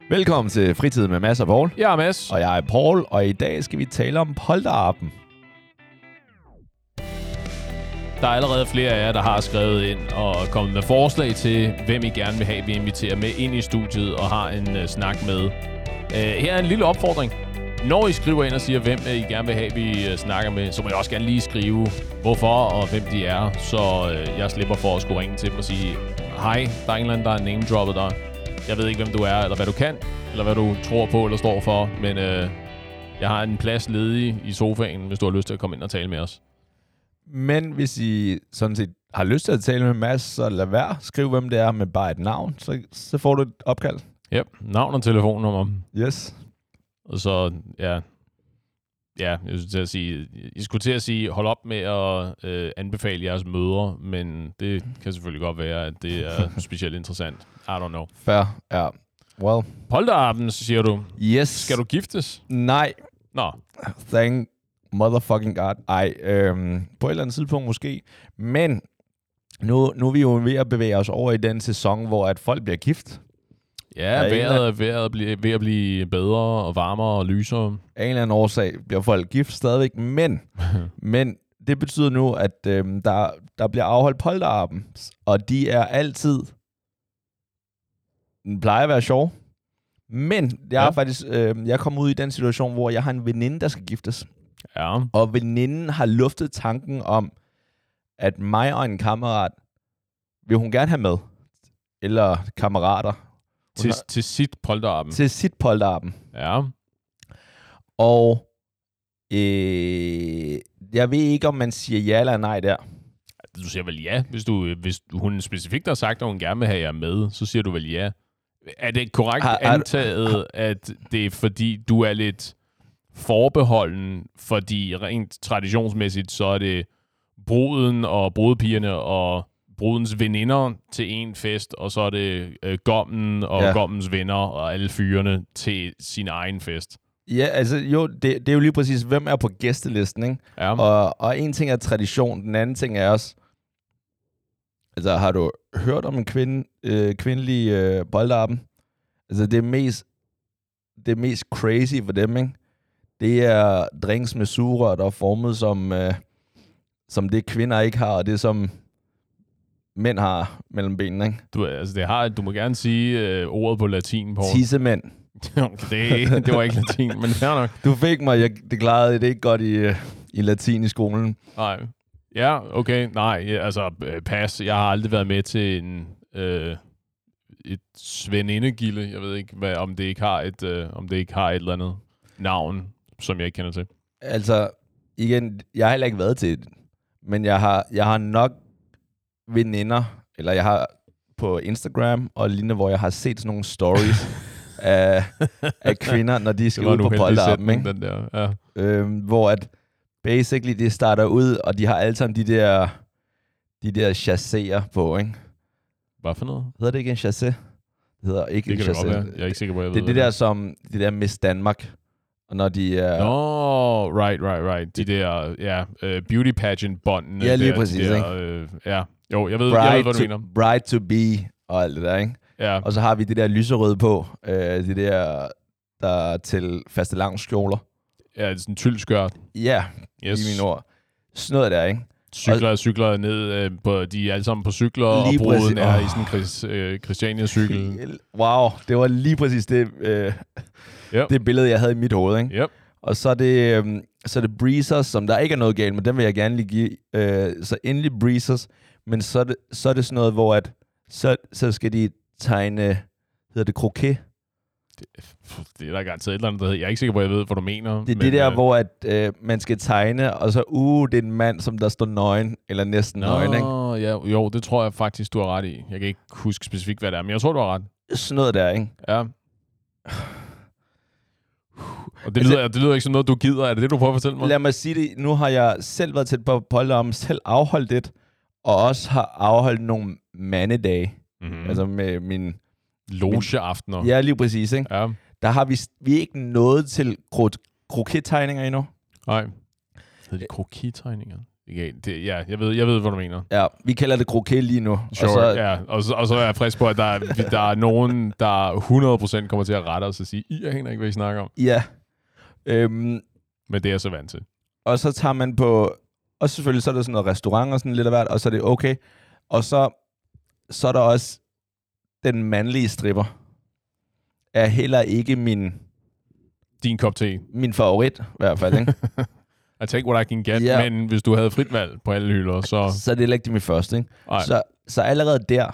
Velkommen til Fritid med Mads og Paul. Jeg er Mads. Og jeg er Paul, og i dag skal vi tale om polterappen. Der er allerede flere af jer, der har skrevet ind og kommet med forslag til, hvem I gerne vil have, vi inviterer med ind i studiet og har en snak med. Her er en lille opfordring. Når I skriver ind og siger, hvem I gerne vil have, vi snakker med, så må I også gerne lige skrive, hvorfor og hvem de er, så jeg slipper for at skulle ringe til dem og sige, hej, der er en eller anden, der er name-droppet dig. Jeg ved ikke, hvem du er, eller hvad du kan, eller hvad du tror på eller står for, men jeg har en plads ledig i sofaen, hvis du har lyst til at komme ind og tale med os. Men hvis I sådan set har lyst til at tale med Mads, så lad være. Skriv, hvem det er med bare et navn, så får du et opkald. Ja, navn og telefonnummer. Yes. Og så, ja, jeg skulle til at sige, hold op med at anbefale jeres møder, men det kan selvfølgelig godt være, at det er specielt interessant. I don't know. Fair, ja. Well. Polterappen, siger du. Yes. Skal du giftes? Nej. Nå. Thank motherfucking God. Ej, på et eller andet tidspunkt måske. Men nu er vi jo ved at bevæge os over i den sæson, hvor at folk bliver gift. Ja, vejret ved at blive bedre og varmere og lysere. Af en eller anden årsag bliver folk gift stadigvæk, men det betyder nu, at der bliver afholdt polterappen, og de er altid, den plejer at være sjov, men jeg er faktisk, jeg kommer ud i den situation, hvor jeg har en veninde, der skal giftes. Ja. Og veninden har luftet tanken om, at mig og en kammerat vil hun gerne have med, eller kammerater. Til sit polterappen. Til sit polterappen. Ja. Og jeg ved ikke, om man siger ja eller nej der. Du siger vel ja. Hvis hun specifikt har sagt, at hun gerne vil have jer med, så siger du vel ja. Er det korrekt antaget, at det er fordi, du er lidt forbeholden, fordi rent traditionsmæssigt, så er det bruden og brudepigerne og brudens veninder til en fest, og så er det gommen og gommens venner og alle fyrene til sin egen fest. Ja, altså jo, det er jo lige præcis, hvem er på gæstelisten, ikke? Ja. Og en ting er tradition, den anden ting er også, altså har du hørt om en kvindelig polterappen? Altså det mest crazy for dem, ikke? Det er drinks med sugerør, der er formet som det kvinder ikke har, og det som mænd har mellem benene, ikke? Du må gerne sige ordet på latin, Paul. Tissemænd. det var ikke latin, men fair nok. Du fik mig, det klarede det ikke godt i latin i skolen. Nej. Ja, okay. Nej, altså pas. Jeg har aldrig været med til et svenindegilde. Jeg ved ikke, om det ikke har et eller andet navn, som jeg ikke kender til. Altså, igen, jeg har heller ikke været til det, men jeg har nok veninder, eller jeg har på Instagram og lignende, hvor jeg har set sådan nogle stories af kvinder, når de skal ud på polterappen, ikke? Den der, ja. Hvor at basically det starter ud, og de har alle sammen de der chasséer på, ikke? Hvad for noget? Hedder det ikke en chassé? Det hedder ikke det en chassé. Jeg er ikke sikker på, jeg ved det. Det der som det der Miss Danmark, og når de er... Right. De der, beauty pageant båndene. Ja, lige præcis, ikke? Ja, jo, jeg ved, hvad du mener. Bride to be og alt det der, ikke? Ja. Og så har vi det der lyserøde på, det der til fastelavnskjoler. Ja, det er sådan en tyldskørt. Ja, yes. I mine ord. Sådan noget der, ikke? Cykler ned på, de er alle sammen på cykler, og bruden er i sådan en Christiania-cykel. Wow, det var lige præcis det, det billede, jeg havde i mit hoved, ikke? Yep. Og så er det breezers, som der ikke er noget galt, men dem vil jeg gerne lige give. Så endelig breezers, men så er det sådan noget, hvor at så skal de tegne, hedder det croquet? Det er der garanteret et eller andet, der hedder. Jeg er ikke sikker på, at jeg ved, hvad du mener. Det er det der, hvor at man skal tegne, og så det er en mand, som der står nøgen, eller næsten nøgen, ikke? Ja, jo, det tror jeg faktisk, du har ret i. Jeg kan ikke huske specifikt, hvad det er, men jeg tror, du har ret. Sådan noget der, ikke? Ja. Og det lyder ikke som noget, du gider. Er det det, du prøver at fortælle mig? Lad mig sige det. Nu har jeg selv været til et par polterappen, selv afholdt det, og også har afholdt nogle mandedage. Mm-hmm. Altså med min... Logeaftener. Ja, lige præcis, ikke? Ja. Der har vi ikke nået til krokettegninger endnu. Nej. Det er krokitegninger. Ja, jeg ved, hvad du mener. Ja, vi kalder det kroket lige nu. Sure, og så er jeg frisk på, at der er nogen, der 100% kommer til at rette os og sige, I aner ikke, hvad I snakker om. Ja. Men det er jeg så vant til. Og så tager man på... Og selvfølgelig så er der sådan noget restaurant og sådan lidt af hvert, og så er det okay. Og så er der også den mandlige stripper. Er heller ikke din kop te. Min favorit, i hvert fald, ikke? I take what I can get, men hvis du havde frit valg på alle hylder, så er det ikke min første, ikke? Så allerede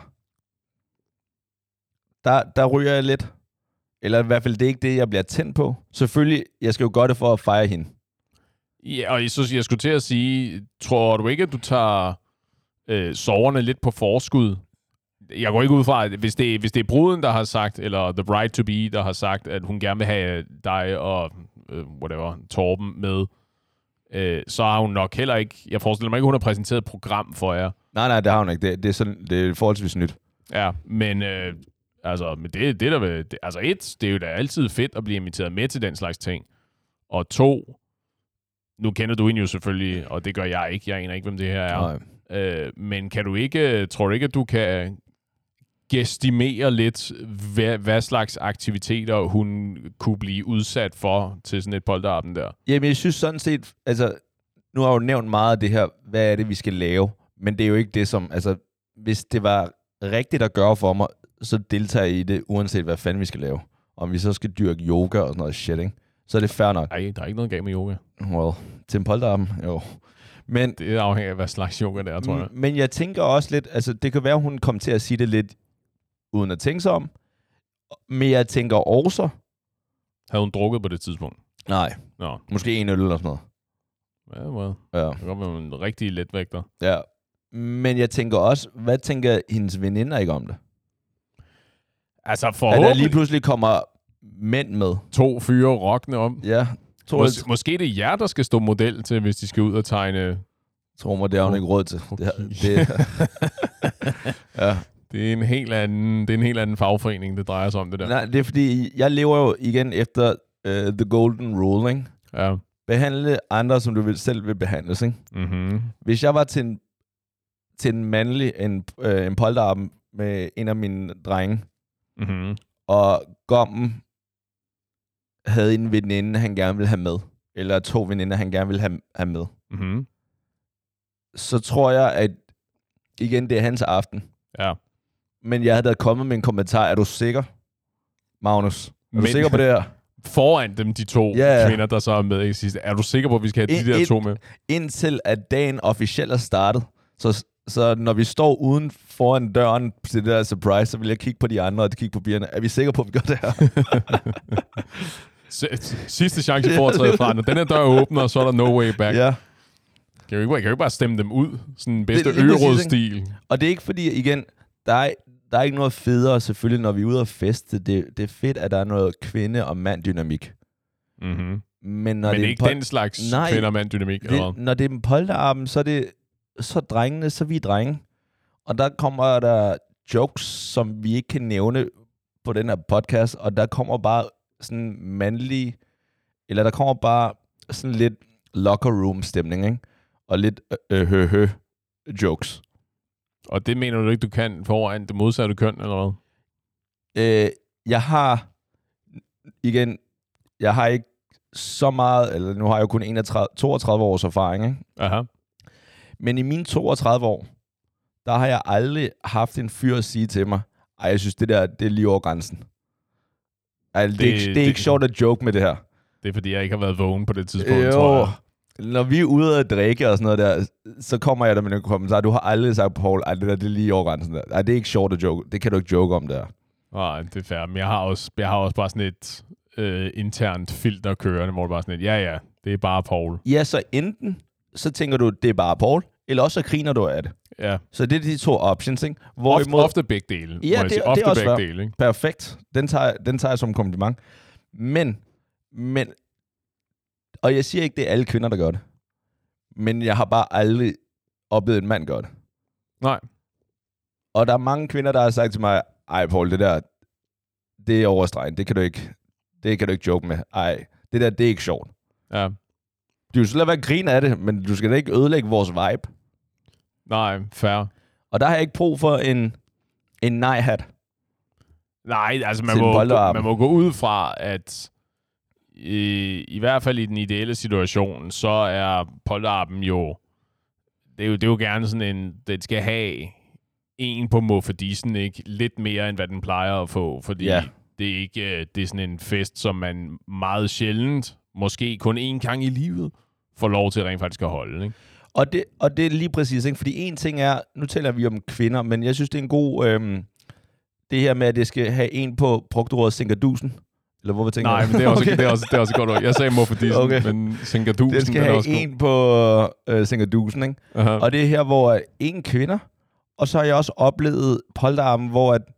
der ryger jeg lidt. Eller i hvert fald, det er ikke det, jeg bliver tændt på. Selvfølgelig, jeg skal jo gøre det for at fejre hende. Ja, og jeg skulle til at sige, tror du ikke, at du tager soverne lidt på forskud? Jeg går ikke ud fra, at hvis det er bruden, der har sagt, eller the bride-to-be, der har sagt, at hun gerne vil have dig og Torben med, så har hun nok heller ikke... Jeg forestiller mig ikke, hun har præsenteret et program for jer. Nej, det har hun ikke. Det er forholdsvis nyt. Ja, men det er jo da altid fedt at blive inviteret med til den slags ting. Og 2, nu kender du hende jo selvfølgelig, og det gør jeg ikke. Jeg aner ikke, hvem det her er. Men tror du ikke, at du kan gestimere lidt, hvad slags aktiviteter hun kunne blive udsat for til sådan et polterappen der? Jamen, jeg synes sådan set, altså, nu har jeg jo nævnt meget af det her, hvad er det, vi skal lave, men det er jo ikke det, som, altså, hvis det var rigtigt at gøre for mig, så deltager jeg i det, uanset hvad fanden vi skal lave. Om vi så skal dyrke yoga og sådan noget shit, ikke? Så er det fair nok. Nej, der er ikke noget galt med yoga. Well, til en polterappen, jo. Men, det afhænger af, hvad slags yoga det er, tror jeg. Men jeg tænker også lidt, altså det kan være, at hun kommer til at sige det lidt, uden at tænke sig om. Men jeg tænker også... Havde hun drukket på det tidspunkt? Nej. Nå. Måske en øl eller sådan noget. Ja, well. Ja. Det kan godt være en rigtig letvægter. Ja. Men jeg tænker også, hvad tænker hendes veninder ikke om det? Altså forhåbentlig... At der lige pludselig kommer mænd med. 2 fyre rockende om. Ja. Måske det er jer, der skal stå model til, hvis de skal ud og tegne... Tror mig, det har hun ikke råd til. Ja. Det er en helt anden fagforening, det drejer sig om det der. Nej, det er fordi, jeg lever jo igen efter the golden rule, ikke? Ja. Behandle andre, som du selv vil behandles, ikke? Mm-hmm. Hvis jeg var til en mandlig, en polterappen med en af mine drenge, mm-hmm. og Gommen havde en veninde, han gerne ville have med, eller 2 veninder, han gerne ville have med, mm-hmm. så tror jeg, at igen, det er hans aften. Ja. Men jeg havde da kommet med en kommentar. Er du sikker, Magnus? Er du sikker på det her? Foran dem, de 2 kvinder, der så er med i sidste. Er du sikker på, at vi skal have de der 2 med? Indtil at dagen officielt er startet. Så når vi står uden foran døren til det der surprise, så vil jeg kigge på de andre og kigge på pigerne. Er vi sikre på, at vi gør det her? Sidste chance for at træde fra. Når den her dør åbner, så er der no way back. Ja. Kan jo ikke bare stemme dem ud? Sådan en bedste øgerådstil. Og det er ikke fordi, igen, der er ikke noget federe selvfølgelig, når vi er ude og feste. Det er fedt, at der er noget kvinde- og mand-dynamik. Mm-hmm. Men det er ikke den slags kvinde- og mand-dynamik? Når det er en polterappen, så er det så drengene, så vi er drenge. Og der kommer der jokes, som vi ikke kan nævne på den her podcast, og der kommer bare sådan mandlige, eller der kommer bare sådan lidt locker room stemning, ikke? Og lidt jokes. Og det mener du ikke, du kan foran det modsatte køn, eller hvad? Jeg har ikke så meget, eller nu har jeg jo kun 32 års erfaring, ikke? Aha. Men i mine 32 år, der har jeg aldrig haft en fyr at sige til mig, ej, jeg synes, det der, det er lige over grænsen. Altså, det er ikke sjovt at joke med det her. Det er, fordi jeg ikke har været vågen på det tidspunkt, tror jeg. Når vi er ude at drikke og sådan noget der, så kommer jeg der med en kommentar. Du har aldrig sagt, Paul, det der, det er lige over grænsen der. Ej, det er ikke sjovt at joke. Det kan du ikke joke om der. Nej, det er fair. Men jeg har også bare sådan et internt filter kørende, hvor det bare sådan et, ja, det er bare Paul. Ja, så enten så tænker du, det er bare Paul, eller også så griner du af det. Ja. Så det er de 2 options, ikke? Ofte begge dele. Ja, det er også begge dele, ikke? Perfekt. Den tager jeg som kompliment. Men, og jeg siger ikke, det er alle kvinder, der gør det. Men jeg har bare aldrig oplevet en mand gøre det. Nej. Og der er mange kvinder, der har sagt til mig, ej Paul, det der, det er overstregen. Det kan du ikke joke med. Ej, det der, det er ikke sjovt. Ja. Du skal lade være grine af det, men du skal da ikke ødelægge vores vibe. Nej, fair. Og der har jeg ikke brug for en nej-hat. Nej, altså man må gå ud fra, at i hvert fald i den ideelle situation, så er polterappen jo, det er jo gerne sådan en, det skal have en på muffedisen, ikke? Lidt mere, end hvad den plejer at få, fordi det er ikke, det er sådan en fest, som man meget sjældent, måske kun én gang i livet, får lov til rent faktisk at holde, ikke? Og det er lige præcis, ikke? Fordi en ting er, nu taler vi om kvinder, men jeg synes, det er en god, det her med, at det skal have en på brugtordet Sinkerdusen. Eller hvor vi tænker? Nej, men det er også, okay. det er også godt ord. Jeg sagde muffedisen, okay. Men Sinkerdusen. Det skal have en på Sinkerdusen, ikke? Uh-huh. Og det er her, hvor en kvinder, og så har jeg også oplevet polterappen, hvor at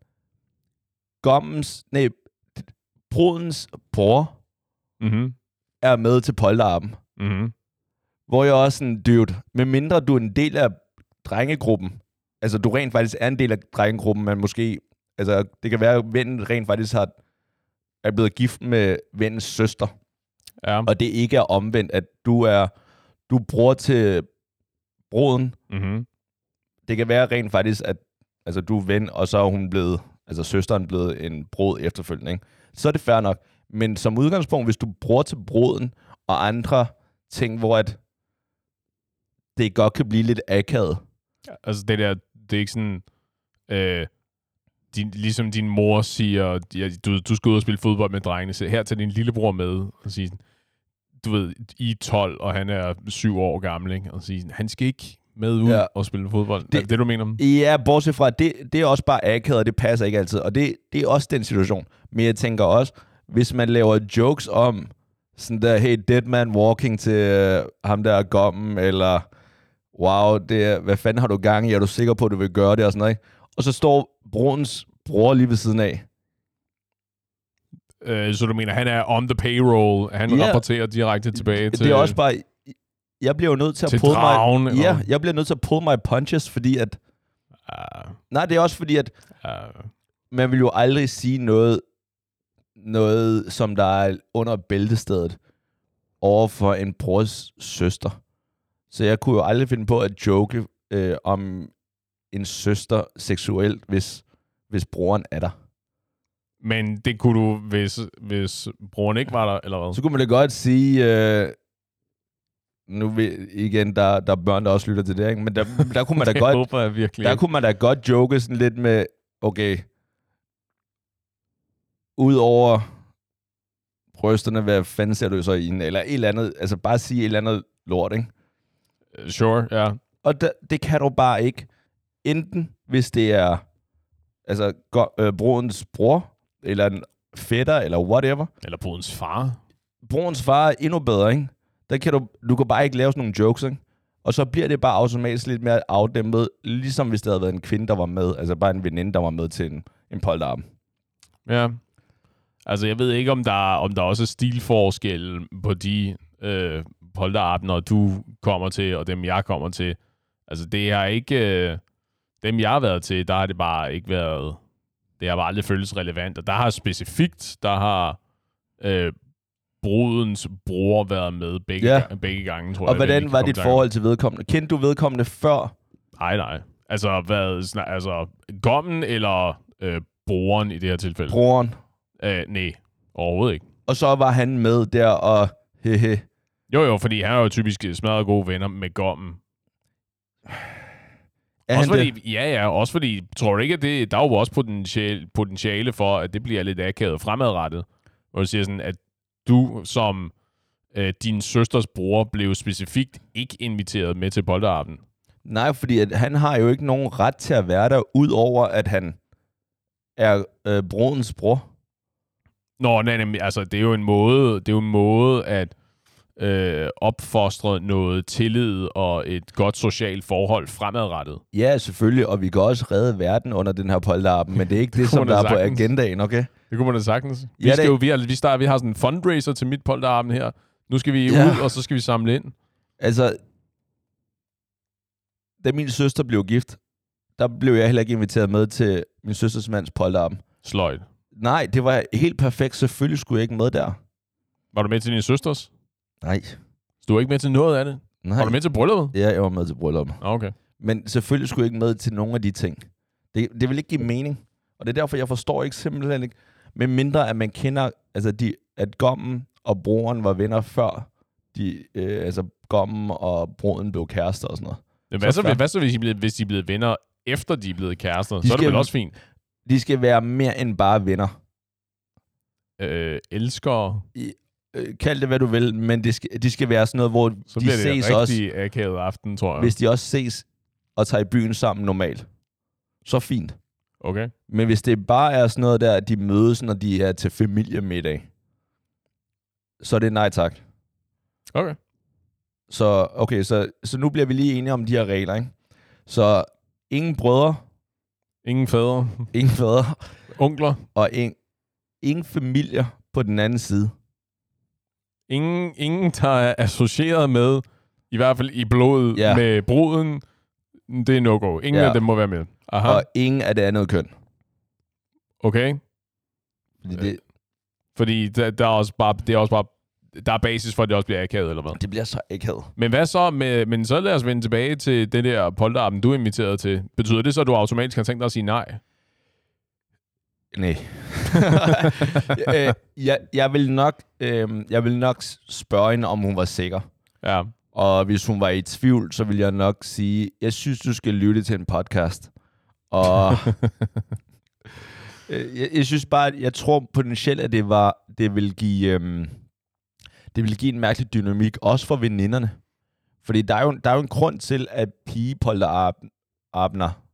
brudens bror er med til polterappen. Mm-hmm. Hvor jeg også sådan, dude, med mindre du er en del af drengegruppen, altså du rent faktisk er en del af drengegruppen, men måske, altså det kan være, at vennen rent faktisk er blevet gift med vennens søster. Ja. Og det ikke er omvendt, at du er bror til bruden. Mm-hmm. Det kan være rent faktisk, at altså, du er ven, og så er hun blevet, altså søsteren blevet en brud efterfølgende, ikke? Så er det fair nok. Men som udgangspunkt, hvis du er bror til bruden, og andre ting, hvor at det godt kan blive lidt akavet. Ja, altså det er ikke sådan, ligesom din mor siger, du skal ud og spille fodbold med drengene, så her tager din lillebror med, og siger, du ved, I er 12, og han er 7 år gammel, ikke? Og siger, han skal ikke med ud og spille fodbold. Er det, du mener? Ja, bortset fra, det er også bare akavet, og det passer ikke altid, og det er også den situation. Men jeg tænker også, hvis man laver jokes om, sådan der, hey, dead man walking til ham der gommen, eller wow, hvad fanden har du gang i? Er du sikker på, at du vil gøre det? Og sådan noget, ikke? Og så står brudens bror lige ved siden af. Så du mener, han er on the payroll? Han rapporterer direkte tilbage til... Det er også bare... Jeg bliver jo nødt til at jeg bliver nødt til at pull my punches, fordi at... Nej, det er også fordi, at... Man vil jo aldrig sige noget, som der er under bæltestedet over for en brors søster. Så jeg kunne jo aldrig finde på at joke om en søster seksuelt, hvis broren er der. Men det kunne du, hvis broren ikke var der, eller hvad? Så kunne man da godt sige, nu igen, der er børn, der også lytter til det, ikke? Men der kunne man da godt, håber jeg virkelig. Der kunne man da godt joke sådan lidt med, okay, udover brysterne, hvad fanden ser du så i en, eller et eller andet, altså bare sige et eller andet lort, ikke? Sure, ja. Yeah. Og det kan du bare ikke. Enten hvis det er altså brudens bror, eller en fætter, eller whatever. Eller brudens far. Brudens far er endnu bedre, ikke? Der kan du kan bare ikke lave sådan nogle jokes, ikke? Og så bliver det bare automatisk lidt mere afdæmpet, ligesom hvis det havde været en kvinde, der var med. Altså bare en veninde, der var med til en polterappen. Ja. Altså jeg ved ikke, om der også er stilforskel på de polterabender, du kommer til, og dem jeg kommer til. Altså det har ikke... dem jeg har været til, der har det bare ikke været... Det har bare aldrig føltes relevant. Og der har specifikt, brudens bror været med begge gange, tror jeg. Og hvordan var dit forhold til vedkommende? Kendte du vedkommende før? Nej. Altså gommen eller broren i det her tilfælde? Broren? Nej, overhovedet ikke. Og så var han med der og hehe. Jo, fordi han er jo typisk smadret gode venner med gommen. Også fordi, også fordi, tror du ikke, at der er jo også potentiale for, at det bliver lidt akavet fremadrettet. Hvor du siger sådan, at du som din søsters bror blev specifikt ikke inviteret med til polterappen. Nej, fordi at han har jo ikke nogen ret til at være der, udover at han er brudens bror. Nå, nej, altså det er jo en måde at opfostre noget tillid og et godt socialt forhold fremadrettet. Ja, selvfølgelig, og vi kan også redde verden under den her polterappen, men det er ikke det som der er på agendaen, okay? Det kunne man da sagtens. Vi har sådan en fundraiser til mit polterappen her. Nu skal vi ud, og så skal vi samle ind. Altså, da min søster blev gift, der blev jeg heller ikke inviteret med til min søsters mands polterappen. Sløjt. Nej, det var helt perfekt. Selvfølgelig skulle jeg ikke med der. Var du med til din søsters? Nej. Du er ikke med til noget af det? Nej. Var du med til brylluppet? Ja, jeg var med til brylluppet. Okay. Men selvfølgelig skulle jeg ikke med til nogen af de ting. Det vil ikke give mening. Og det er derfor, jeg forstår ikke simpelthen ikke, med mindre at man kender, altså at Gommen og broren var venner før, Gommen og broden blev kærester og sådan noget. Men hvad så hvis de er blevet venner, efter de er blevet kærester? Så er det vel også fint? De skal være mere end bare venner. Elskere? Kald det, hvad du vil, men de skal være sådan noget, hvor så de ses også. Så bliver det en rigtig akavet aften, tror jeg. Hvis de også ses og tager i byen sammen normalt, så fint. Okay. Men hvis det bare er sådan noget der, at de mødes, når de er til familiemiddag, så er det nej tak. Okay. Så nu bliver vi lige enige om de her regler, ikke? Så ingen brødre. Ingen fædre. Ingen fædre. Onkler. Og ingen familier på den anden side. Ingen, der er associeret med, i hvert fald i blodet, med bruden. Det er no-go. Ingen af dem må være med. Aha. Og ingen af det andet køn. Okay. Fordi der er også bare der er basis for, at det også bliver akavet, eller hvad? Det bliver så akavet. Men hvad så men så lad os vende tilbage til det der polterappen, du er inviteret til. Betyder det så, at du automatisk har tænkt dig at sige nej? Nej. jeg vil nok spørge hende, om hun var sikker. Ja. Og hvis hun var i tvivl, så vil jeg nok sige, jeg synes, du skal lytte til en podcast. Og jeg synes bare, jeg tror potentielt, at det vil give en mærkelig dynamik, også for veninderne. Fordi der er jo en grund til, at pigepolterabner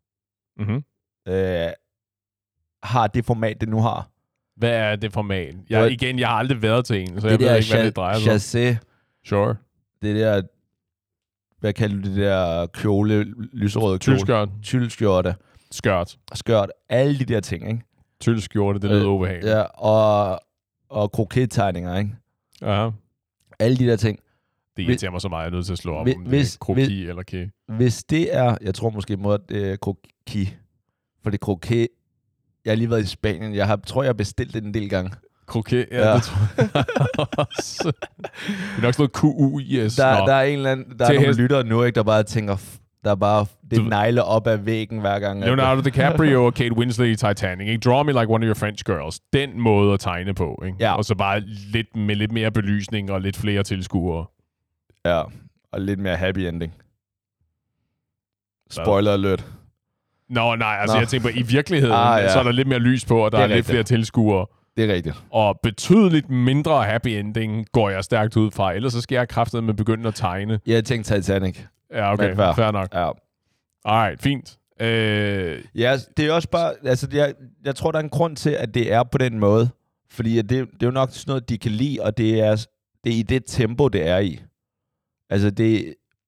har det format, det nu har. Hvad er det format? Jeg har aldrig været til en, så jeg ved ikke, hvad det drejer sig om. Sure. Det der, hvad kalder du det der kjole, lyserøde kjole? Tyldskjorte. Skørt. Alle de der ting, ikke? Tyldskjorte, det lyder ubehageligt. Ja, og krokettegninger, ikke? Aha. Alle de der ting. Det irriterer mig så meget, jeg er nødt til at slå op, om det er kroki eller kæ. Hvis det er, jeg tror måske mod kroki, for det kroket, jeg har lige været i Spanien, jeg har bestilt det en del gange. Kroket, ja. Det tror jeg også. Det er nok sådan noget QUIS. Der er en eller anden, der er nogle lyttere nu, ikke, der bare tænker, det negler op ad væggen hver gang. Leonardo DiCaprio og Kate Winslet i Titanic, ikke? Draw me like one of your French girls. Den måde at tegne på, ikke? Ja. Og så bare med lidt mere belysning og lidt flere tilskuere. Ja, og lidt mere happy ending. Spoiler alert. Nej, altså jeg tænker på, i virkeligheden, så er der lidt mere lys på, og der er lidt flere tilskuere. Det er rigtigt. Og betydeligt mindre happy ending går jeg stærkt ud fra. Ellers så skal jeg kraftedeme begynde at tegne. Jeg tænkte Titanic. Ja, okay. Fair nok. Ja. Alright, fint. Ja, det er også bare... Altså, jeg tror, der er en grund til, at det er på den måde. Fordi det er jo nok sådan noget, de kan lide, og det er i det tempo, det er i. Altså, det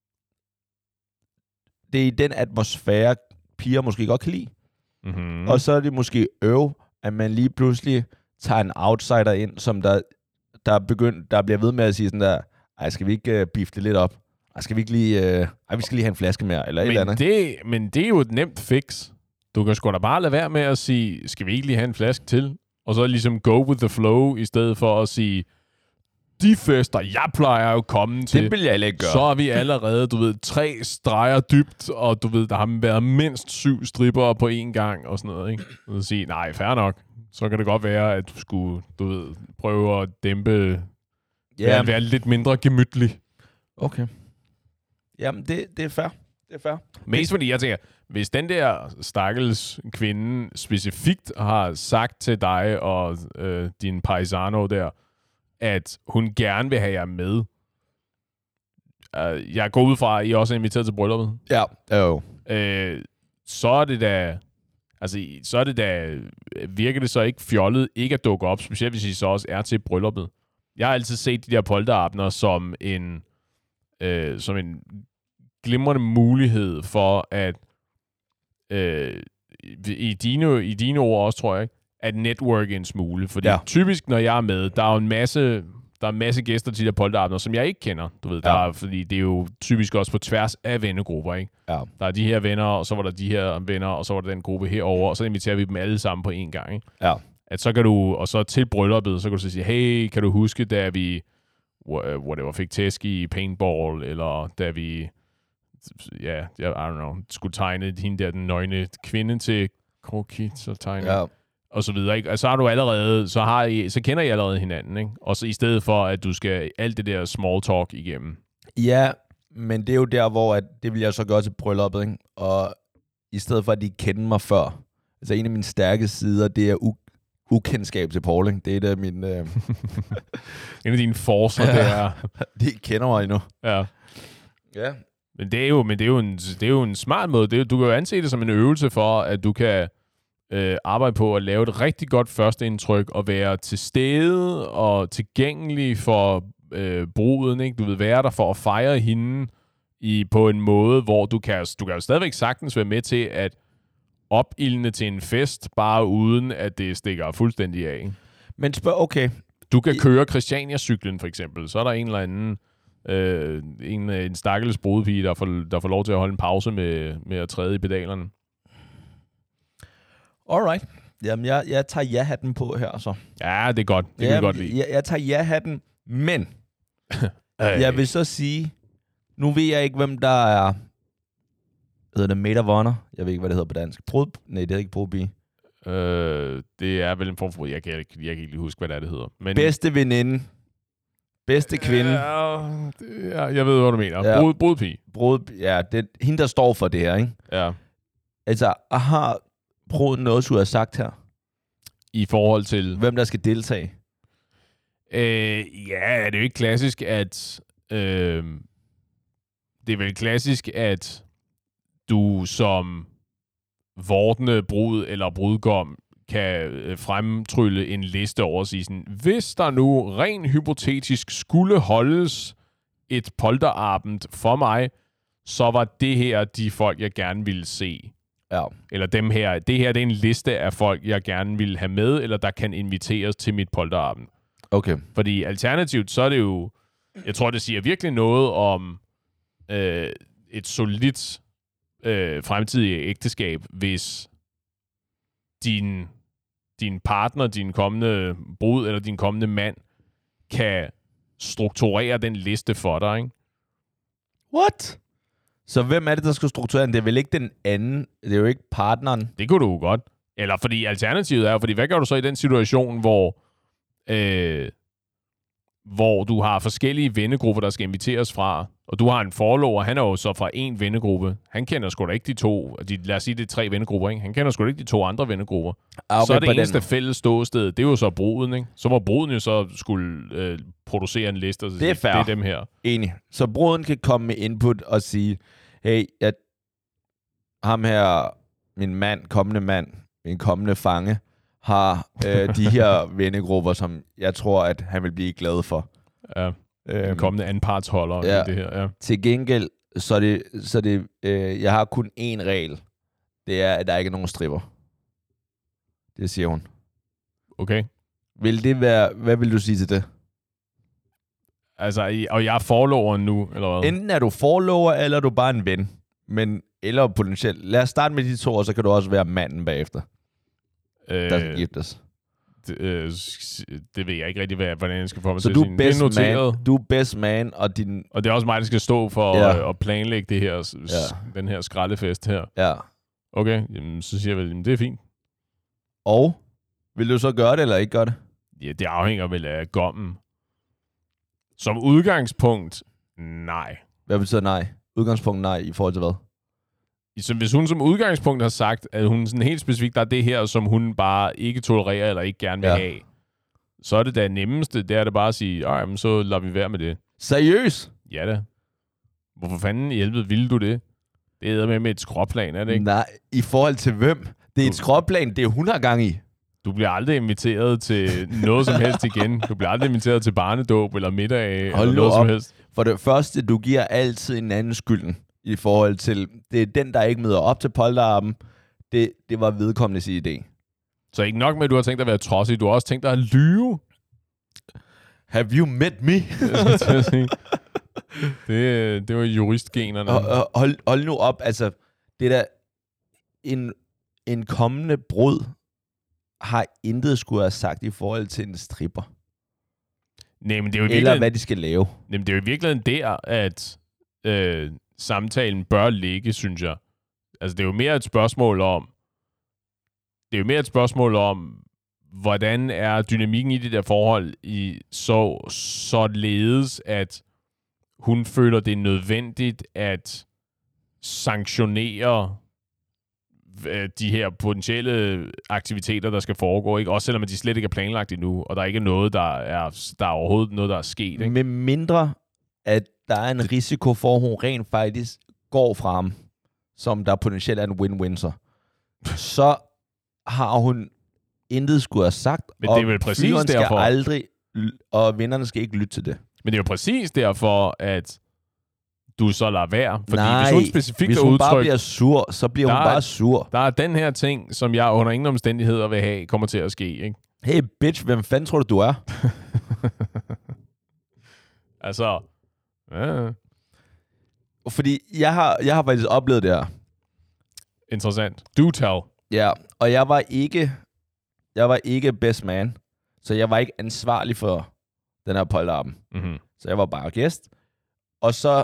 er i den atmosfære, piger måske godt kan lide. Mm-hmm. Og så er det måske at man lige pludselig tager en outsider ind, som der bliver ved med at sige sådan der, ej, skal vi ikke beefe det lidt op? Ej, skal vi ikke lige... vi skal lige have en flaske mere, eller et eller andet. Men det er jo et nemt fix. Du kan sgu da bare lade være med at sige, skal vi ikke lige have en flaske til? Og så ligesom go with the flow, i stedet for at sige, de fester, jeg plejer jo at komme til, det vil jeg ikke gøre. Så er vi allerede, 3 streger dybt, og der har været mindst 7 stripper på én gang, og sådan noget, ikke? Og så sige, nej, fair nok. Så kan det godt være, at du skulle, prøve at dæmpe, være lidt mindre gemytlig. Okay. Jamen, det er fair. Det er fair. Mest fordi jeg tænker, hvis den der stakkels kvinde specifikt har sagt til dig og din paisano der, at hun gerne vil have jer med. Jeg går ud fra, at I også er inviteret til brylluppet. Ja, jo. Så er det da, virker det så ikke fjollet ikke at dukke op, specielt hvis I så også er til brylluppet. Jeg har altid set de der polterabner som en glimrende mulighed for at i dine ord også, tror jeg, ikke, at networke en smule. Fordi typisk, når jeg er med, der er jo en masse gæster til de der polterabner, som jeg ikke kender. Fordi det er jo typisk også på tværs af vennegrupper, ikke? Ja. Der er de her venner, og så var der de her venner, og så var der den gruppe herover, og så inviterer vi dem alle sammen på én gang, ikke? Ja. At så kan du, og så til brylluppet, så kan du så sige, hey, kan du huske, da whatever, fik tæsk i paintball, eller da vi, I don't know, skulle tegne hende der, den nøgne kvinde til kroki, så tegne. Ja. Og så videre, ikke? Og så har du allerede, så kender I allerede hinanden, ikke? Og så i stedet for, at du skal alt det der small talk igennem. Ja, men det er jo der, hvor at, det vil jeg så gøre til brylluppet, ikke? Og i stedet for, at de kender mig før. Altså en af mine stærke sider, det er ukendskab til Paul, ikke? Det er da min... En af dine forcer, det er... De kender mig endnu. Ja. Ja. Men det er jo en smart måde. Du kan jo anse det som en øvelse for, at du kan arbejde på at lave et rigtig godt førsteindtryk og være til stede og tilgængelig for bruden, ikke? Du vil være der for at fejre hende på en måde, hvor du kan jo stadigvæk sagtens være med til at opildne til en fest, bare uden at det stikker fuldstændig af. Men okay. Du kan køre Christiania-cyklen, for eksempel. Så er der en eller anden en stakkels brudepige, der får lov til at holde en pause med at træde i pedalerne. Alright. Jamen, jeg tager ja-hatten på her, så. Ja, det er godt. Det kan jeg godt lide. Jeg tager ja-hatten, men jeg vil så sige, nu ved jeg ikke, hvem der er, hedder det maid of honor? Jeg ved ikke, hvad det hedder på dansk. Nej, det er ikke brudepige. Det er vel en form for, jeg kan ikke lige huske, hvad det hedder. Men, bedste veninde. Bedste kvinde. Ja, jeg ved, hvad du mener. Ja. Brudepige. Ja, det er hende, der står for det her, ikke? Ja. Altså, har bruden noget, du har sagt her? I forhold til... Hvem der skal deltage? Ja, det er jo ikke klassisk, at... det er vel klassisk, at du som vordende brud eller brudgom kan fremtrylle en liste over at sige sådan, hvis der nu rent hypotetisk skulle holdes et polterabend for mig, så var det her de folk, jeg gerne ville se. Ja. Eller dem her. Det her det er en liste af folk, jeg gerne vil have med, eller der kan inviteres til mit polterabend. Okay. Fordi alternativt, så er det jo... Jeg tror, det siger virkelig noget om et solidt fremtidigt ægteskab, hvis din partner, din kommende brud eller din kommende mand kan strukturere den liste for dig, ikke? What? Så hvem er det, der skal strukturere den? Det er vel ikke den anden? Det er jo ikke partneren? Det kunne du jo godt. Eller fordi alternativet er, fordi hvad gør du så i den situation, hvor du har forskellige vennegrupper, der skal inviteres fra, og du har en forlover, han er jo så fra en vennegruppe. Han kender sgu da ikke de to, lad os sige, det er 3 vennegrupper, ikke? Han kender sgu da ikke de 2 andre vennegrupper. Okay, så er det eneste fælles ståsted, det er jo så bruden, ikke? Så må bruden jo så skulle producere en liste, og så det er sige, det er dem her. Enig. Så bruden kan komme med input og sige, hey, ham her, min kommende fange, har de her vennegrupper, som jeg tror, at han vil blive glad for. Ja, en kommende anpartsholder i det her. Ja. Til gengæld, så det jeg har kun én regel. Det er, at der ikke er nogen stripper. Det siger hun. Okay. Vil det være, hvad vil du sige til det? Altså, og jeg er forlover nu, eller hvad? Enten er du forlover, eller er du bare en ven. Eller potentielt. Lad os starte med de 2, og så kan du også være manden bagefter. Der skal giftes. Det ved jeg ikke rigtig, hvordan jeg skal få mig til at sige. Det er noteret. Du er best man, og det er også mig, der skal stå for at planlægge det her, den her skraldefest her. Ja. Okay, jamen, så siger jeg vel, det er fint. Og vil du så gøre det, eller ikke gøre det? Ja, det afhænger vel af gommen. Som udgangspunkt, nej. Hvad betyder nej? Udgangspunkt nej i forhold til hvad? Så hvis hun som udgangspunkt har sagt, at hun sådan helt specifikt, der er det her, som hun bare ikke tolererer eller ikke gerne vil have, så er det da nemmeste, det er det bare at sige, men så lader vi være med det. Seriøst? Ja da. Hvorfor fanden i helvede ville du det? Det er med et skråplan, er det ikke? Nej, i forhold til hvem? Det er et skråplan, det er 100 gang i. Du bliver aldrig inviteret til noget som helst igen. Du bliver aldrig inviteret til barnedåb eller middag eller noget som helst. For det første, du giver altid en anden skylden i forhold til, det er den, der ikke møder op til polterappen. Det var vedkommendes idé. Så ikke nok med, at du har tænkt dig at være trodsig, du har også tænkt dig at lyve. Have you met me? Det var juristgenerne. Hold nu op, altså, det der, en kommende brud har intet skulle have sagt i forhold til en stripper. Nej, men det er jo eller hvad de skal lave. Jamen, det er jo i virkeligheden der, at samtalen bør ligge, synes jeg. Altså, det er jo mere et spørgsmål om, hvordan er dynamikken i det der forhold således, at hun føler, det er nødvendigt at sanktionere de her potentielle aktiviteter, der skal foregå, ikke? Også selvom de slet ikke er planlagt endnu, og der er ikke noget, der er overhovedet noget, der er sket, ikke? Med mindre, at der er en risiko for, at hun rent faktisk går fra ham, som der potentielt er en win-win, så har hun intet skulle have sagt, men det er vel præcis derfor. Skal aldrig, og vinderne skal ikke lytte til det. Men det er jo præcis derfor, at du så lader være. Fordi nej, hvis hun bare bliver sur, så bliver hun bare sur. Der er den her ting, som jeg under ingen omstændigheder vil have, kommer til at ske, ikke? Hey bitch, hvem fanden tror du er? Altså... Ja. Fordi jeg har faktisk oplevet det her. Interessant. Do tell. Ja, og jeg var ikke best man, så jeg var ikke ansvarlig for den her polterappen. Mm-hmm. Så jeg var bare gæst. Og så,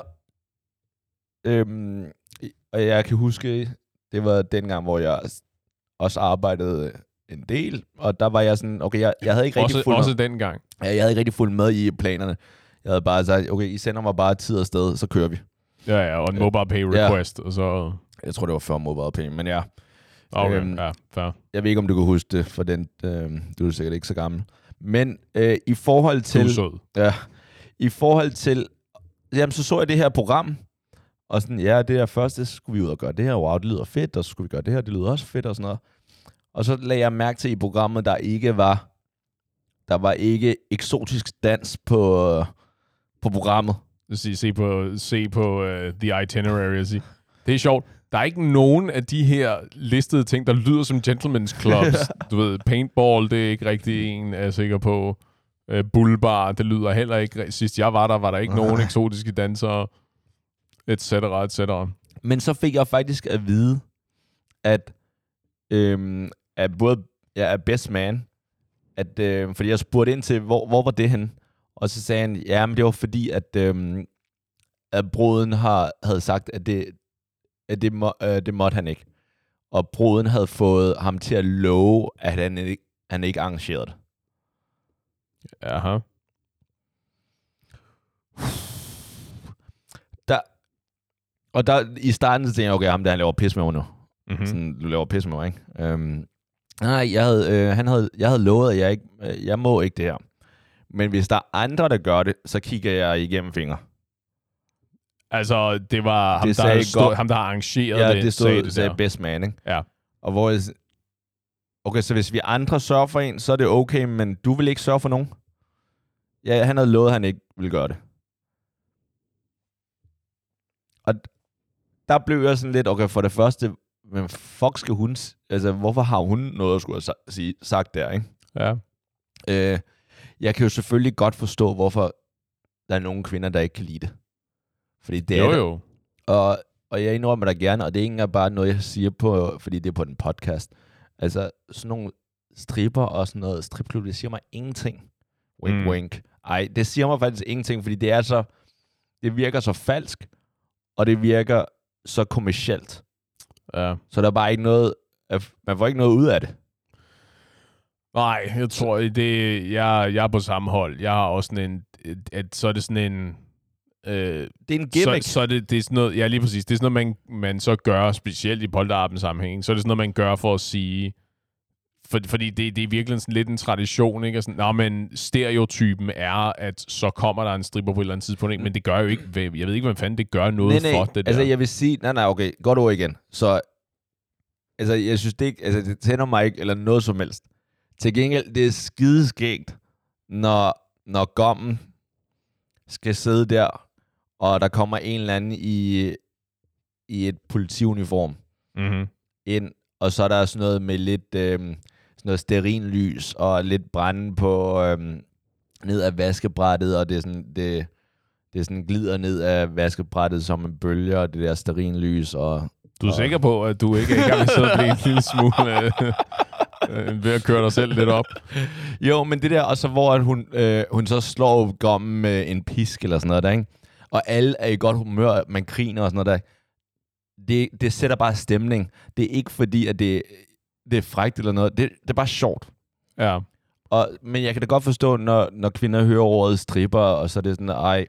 og jeg kan huske, det var dengang, hvor jeg også arbejdede en del, og der var jeg sådan, okay, jeg havde ikke rigtig fulgt også dengang. Ja, jeg havde ikke rigtig fulgt med i planerne. Jeg havde bare sagt, okay, I sender mig bare tid og sted, så kører vi. Ja, og en mobile pay request, og så... Jeg tror, det var før mobile pay, men ja. Okay, ja, fair. Jeg ved ikke, om du kan huske det, for du er sikkert ikke så gammel. Men i forhold til... Ja, i forhold til... Jamen, så jeg det her program, og sådan, ja, det her første, så skulle vi ud og gøre det her, wow, det lyder fedt, og så skulle vi gøre det her, det lyder også fedt, og sådan noget. Og så lagde jeg mærke til i programmet, der var ikke eksotisk dans på programmet. Se på The Itinerary. Det er sjovt. Der er ikke nogen af de her listede ting, der lyder som gentlemen's clubs. Du ved, paintball, det er ikke rigtig en, er jeg sikker på. Bullbar, det lyder heller ikke. Sidst jeg var der ikke nogen eksotiske dansere, et cetera. Men så fik jeg faktisk at vide, at både at best man, fordi jeg spurgte ind til, hvor var det henne? Og så sagde han, ja, men det var fordi, at bruden havde sagt, at det måtte han ikke. Og bruden havde fået ham til at love, at han ikke arrangerede det. Aha. Der i starten så tænkte jeg, okay, ham der, han laver pis med mig nu. Mm-hmm. Sådan, du laver pis med mig, ikke? Nej, jeg havde lovet, at jeg må ikke det her. Men hvis der er andre, der gør det, så kigger jeg igennem fingre. Altså, det var ham, der har arrangeret det. Ja, det sagde best man, ikke? Ja. Og hvor okay, så hvis vi andre sørger for en, så er det okay, men du vil ikke sørge for nogen? Ja, han havde lovet, at han ikke ville gøre det. Og der blev jeg sådan lidt, okay, for det første, men fuck skal hun... Altså, hvorfor har hun noget at skulle have sagt der, ikke? Ja. Jeg kan jo selvfølgelig godt forstå, hvorfor der er nogle kvinder, der ikke kan lide det. Fordi det er jo. Og jeg indrømmer dig gerne, og det er ikke bare noget, jeg siger på, fordi det er på den podcast. Altså, sådan nogle stripper og sådan noget stripklub, det siger mig ingenting. Wink, wink. Ej, det siger mig faktisk ingenting, fordi det virker så falsk, og det virker så kommercielt. Ja. Så der er bare ikke noget, man får ikke noget ud af det. Nej, jeg tror, jeg er på samme hold. Jeg har også sådan så er det sådan en... det er en gimmick. Så det er sådan noget, ja, lige præcis. Det er sådan noget, man så gør, specielt i polterappen sammenhæng. Så er det sådan noget, man gør for at sige... Fordi det er virkelig sådan lidt en tradition, ikke? Sådan, men stereotypen er, at så kommer der en stripper på et eller andet tidspunkt, ikke? Men det gør jo ikke... Jeg ved ikke, hvad fanden det gør noget for det der. Altså, jeg vil sige... Nej, okay. Godt ord igen. Så... Altså, jeg synes det ikke... Altså, det tænder mig ikke, eller noget som helst. Til gengæld, det er skideskægt, når gommen skal sidde der, og der kommer en eller anden i et politiuniform ind, og så er der sådan noget med lidt sådan noget stearinlys og lidt brænde på ned af vaskebrættet, og det er sådan glider ned af vaskebrættet som en bølge, og det der stearinlys. Og du er sikker på, at du ikke er i gang med at sidde og blive en lille smule Ved at køre dig selv lidt op. Jo, men det der, og så hvor hun så slår gommen med en pisk eller sådan noget der, ikke? Og alle er i godt humør, man griner og sådan noget der. Det sætter bare stemning. Det er ikke fordi, at det er frækt eller noget. Det er bare sjovt. Ja. Men jeg kan da godt forstå, når kvinder hører ordet stripper, og så er det sådan,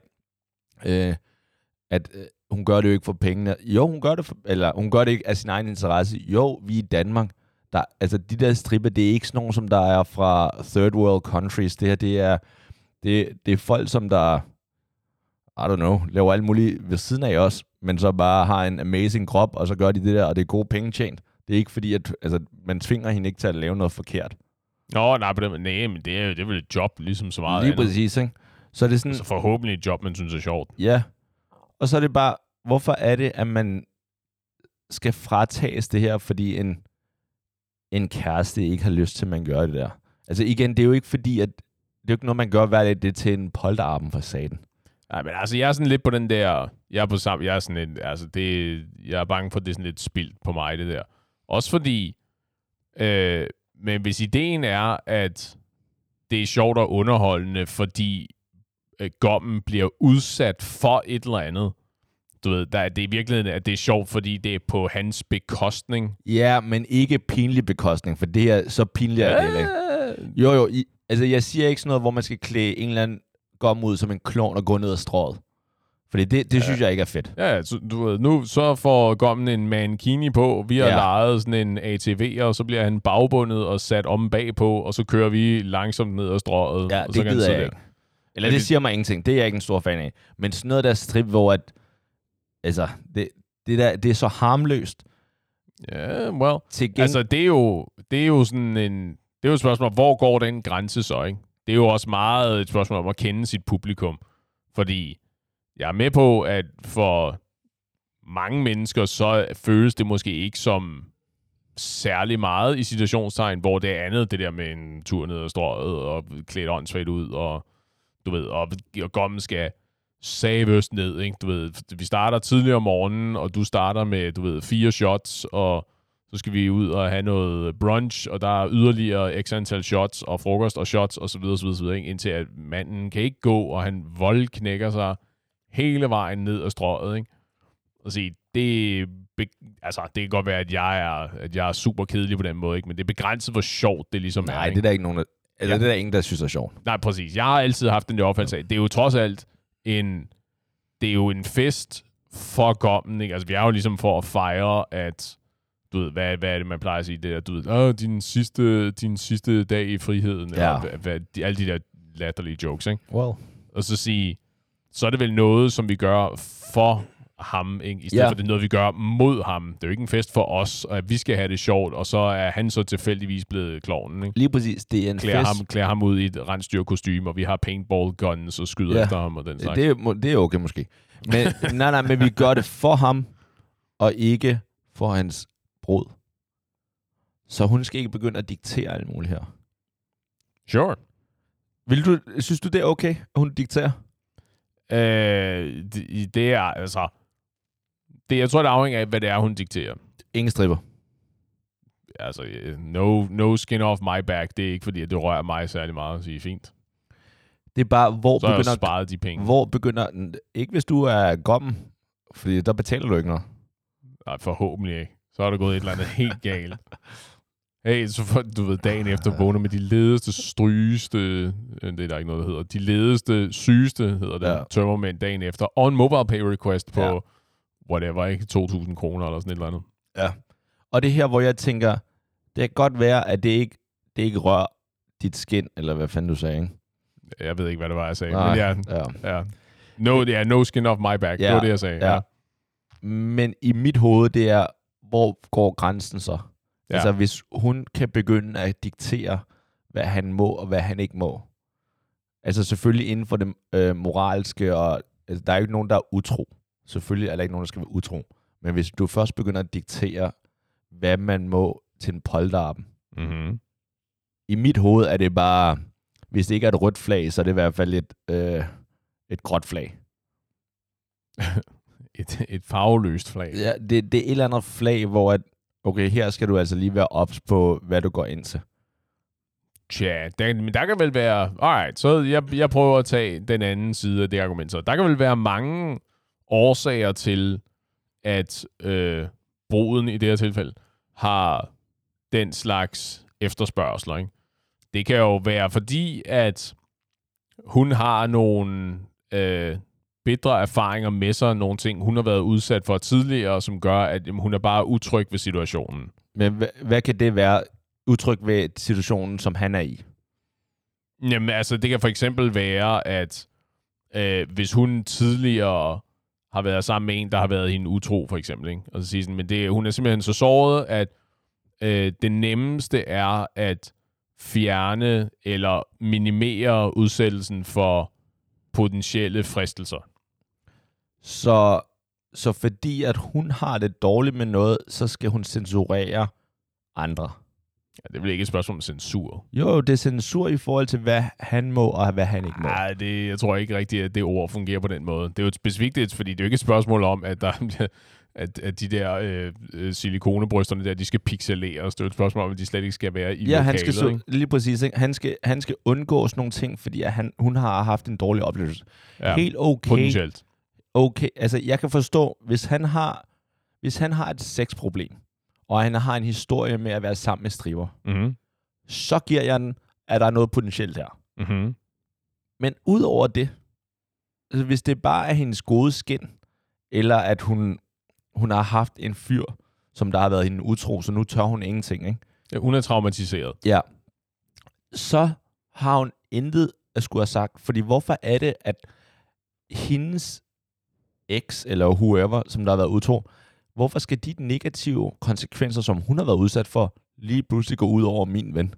at hun gør det jo ikke for pengene. Jo, hun gør det ikke af sin egen interesse. Jo, vi er i Danmark. Altså, de der stripper, det er ikke sådan nogen, som der er fra third world countries. Det her, det er folk, som der, I don't know, laver alt muligt ved siden af os, men så bare har en amazing krop, og så gør de det der, og det er gode penge tjent. Det er ikke fordi, at man tvinger hende ikke til at lave noget forkert. Men det er vel et job, ligesom så meget lige andet. Præcis, ikke? Så er det sådan... Altså forhåbentlig et job, man synes er sjovt. Ja. Og så er det bare, hvorfor er det, at man skal fratages det her, fordi en kæreste ikke har lyst til, at man gør det der? Altså igen, det er jo ikke fordi, at det er jo ikke noget, man gør hver dag, det er til en polterarben for satan. Nej, men altså, jeg er sådan lidt på den der... Jeg er bange for, at det er sådan lidt spildt på mig, det der. Også fordi... men hvis ideen er, at det er sjovt og underholdende, fordi gommen bliver udsat for et eller andet. Du ved, det er i virkeligheden, at det er sjovt, fordi det er på hans bekostning. Ja, men ikke pinlig bekostning, for det er så pinligt, at det ikke. Jo, altså jeg siger ikke sådan noget, hvor man skal klæde en eller anden gomme ud som en klovn og gå ned ad strået. Fordi det synes jeg ikke er fedt. Ja, så, du ved, nu så får gommen en mankini på, vi har lejet sådan en ATV, og så bliver han bagbundet og sat om bagpå, og så kører vi langsomt ned ad strået. Ja, og det så gider jeg ikke. Eller det siger mig ingenting. Det er jeg ikke en stor fan af. Men sådan noget der strip, hvor at, altså, det er så harmløst. Ja, well. Altså, det er jo sådan en... Det er jo et spørgsmål, hvor går den grænse så, ikke? Det er jo også meget et spørgsmål om at kende sit publikum. Fordi jeg er med på, at for mange mennesker, så føles det måske ikke som særlig meget i situationstegn, hvor det er andet, det der med en tur ned ad strøget og klædt åndssvagt ud, og du ved, og gommen skal saves ned, ikke? Du ved, vi starter tidligere om morgenen, og du starter med, du ved, 4 shots, og så skal vi ud og have noget brunch, og der er yderligere x antal shots, og frokost og shots, og så videre, ikke? Indtil at manden kan ikke gå, og han voldknækker sig hele vejen ned ad strøget, ikke? Og sige, det kan godt være, at jeg er super kedelig på den måde, ikke? Men det er begrænset, hvor sjovt det ligesom er. Nej, det er der ikke nogen, det er der ingen, der synes er sjovt. Nej, præcis. Jeg har altid haft den der opfattelse af, det er jo trods alt en fest for gommen, ikke? Altså, vi er jo ligesom for at fejre, at du ved, hvad er det, man plejer at sige? Det der, du ved, din sidste dag i friheden, eller alle de der latterlige jokes, ikke? Well. Og så sige, så er det vel noget, som vi gør for ham, ikke? I stedet for det er noget, vi gør mod ham. Det er jo ikke en fest for os, at vi skal have det sjovt, og så er han så tilfældigvis blevet klovnen, ikke? Lige præcis, det er en fest. Klæder ham ud i et rensdyrkostyme, og vi har paintball guns og skyder efter ham og den slags. Det er okay måske. Men, nej, men vi gør det for ham, og ikke for hans brud. Så hun skal ikke begynde at diktere alt muligt her. Sure. Synes du, det er okay, at hun dikterer? Det er altså... jeg tror, det afhænger af, hvad det er, hun dikterer. Ingen stripper. Altså, no skin off my back. Det er ikke fordi, at det rører mig særlig meget at sige fint. Det er bare, hvor så begynder... Så sparet de penge. Hvor begynder... Ikke hvis du er gommen, fordi der betaler du ikke noget. Nej, forhåbentlig ikke. Så er der gået et eller andet helt galt. Hey, så får du ved, dagen efter vågner med de ledeste, strygeste, det er der ikke noget, der hedder, de ledeste, sygeste, hedder det, tømmermænd dagen efter, og en mobile pay request på, whatever, ikke, 2.000 kroner eller sådan et eller andet. Ja. Og det her, hvor jeg tænker, det kan godt være, at det ikke rører dit skin, eller hvad fanden du sagde, ikke? Jeg ved ikke, hvad det var, jeg sagde. Nej, men no skin off my back, det var det, jeg sagde. Ja. Men i mit hoved, det er, hvor går grænsen så? Ja. Altså, hvis hun kan begynde at diktere, hvad han må og hvad han ikke må. Altså, selvfølgelig inden for det moralske, og altså, der er jo ikke nogen, der er utro. Selvfølgelig er der ikke nogen, der skal være utro. Men hvis du først begynder at diktere, hvad man må til en polterappen. Mm-hmm. I mit hoved er det bare, hvis det ikke er et rødt flag, så er det i hvert fald et gråt flag. et farveløst flag. Ja, det er et eller andet flag, hvor at, okay, her skal du altså lige være ops på, hvad du går ind til. Tja, men der kan vel være... Alright, så jeg prøver at tage den anden side af det argument. Så der kan vel være mange årsager til, at bruden i det her tilfælde har den slags efterspørgsler, ikke? Det kan jo være fordi, at hun har nogle bedre erfaringer med sig, nogle ting, hun har været udsat for tidligere, som gør, at hun er bare utryg ved situationen. Men hvad kan det være utryg ved situationen, som han er i? Jamen, altså, det kan for eksempel være, at hvis hun tidligere har været sammen med en, der har været hende utro, for eksempel, ikke? Og så sige sådan, men hun er simpelthen så såret, at det nemmeste er at fjerne eller minimere udsættelsen for potentielle fristelser. Så fordi at hun har det dårligt med noget, så skal hun censurere andre. Ja, det er vel ikke et spørgsmål om censur. Jo, det er censur i forhold til, hvad han må og hvad han ikke må. Nej, jeg tror ikke rigtigt, at det ord fungerer på den måde. Det er jo specifikt, fordi det er jo ikke et spørgsmål om, at at de der silikonebrysterne der, de skal pixeleres. Det er jo et spørgsmål om, at de slet ikke skal være i lokalet. Han skal lige præcis, ikke? Han skal undgå sådan nogle ting, fordi at hun har haft en dårlig oplevelse. Ja, helt okay. Potentielt. Okay, altså jeg kan forstå, hvis han har et sexproblem, og han har en historie med at være sammen med stripper, så giver jeg den, at der er noget potentielt her. Mm-hmm. Men udover det, altså hvis det bare er hendes gode skin, eller at hun har haft en fyr, som der har været hende utro, så nu tør hun ingenting, ikke? Ja, hun er traumatiseret. Ja. Så har hun intet at skulle have sagt, fordi hvorfor er det, at hendes eks, eller whoever, som der har været utro, hvorfor skal de negative konsekvenser, som hun har været udsat for, lige pludselig gå ud over min ven?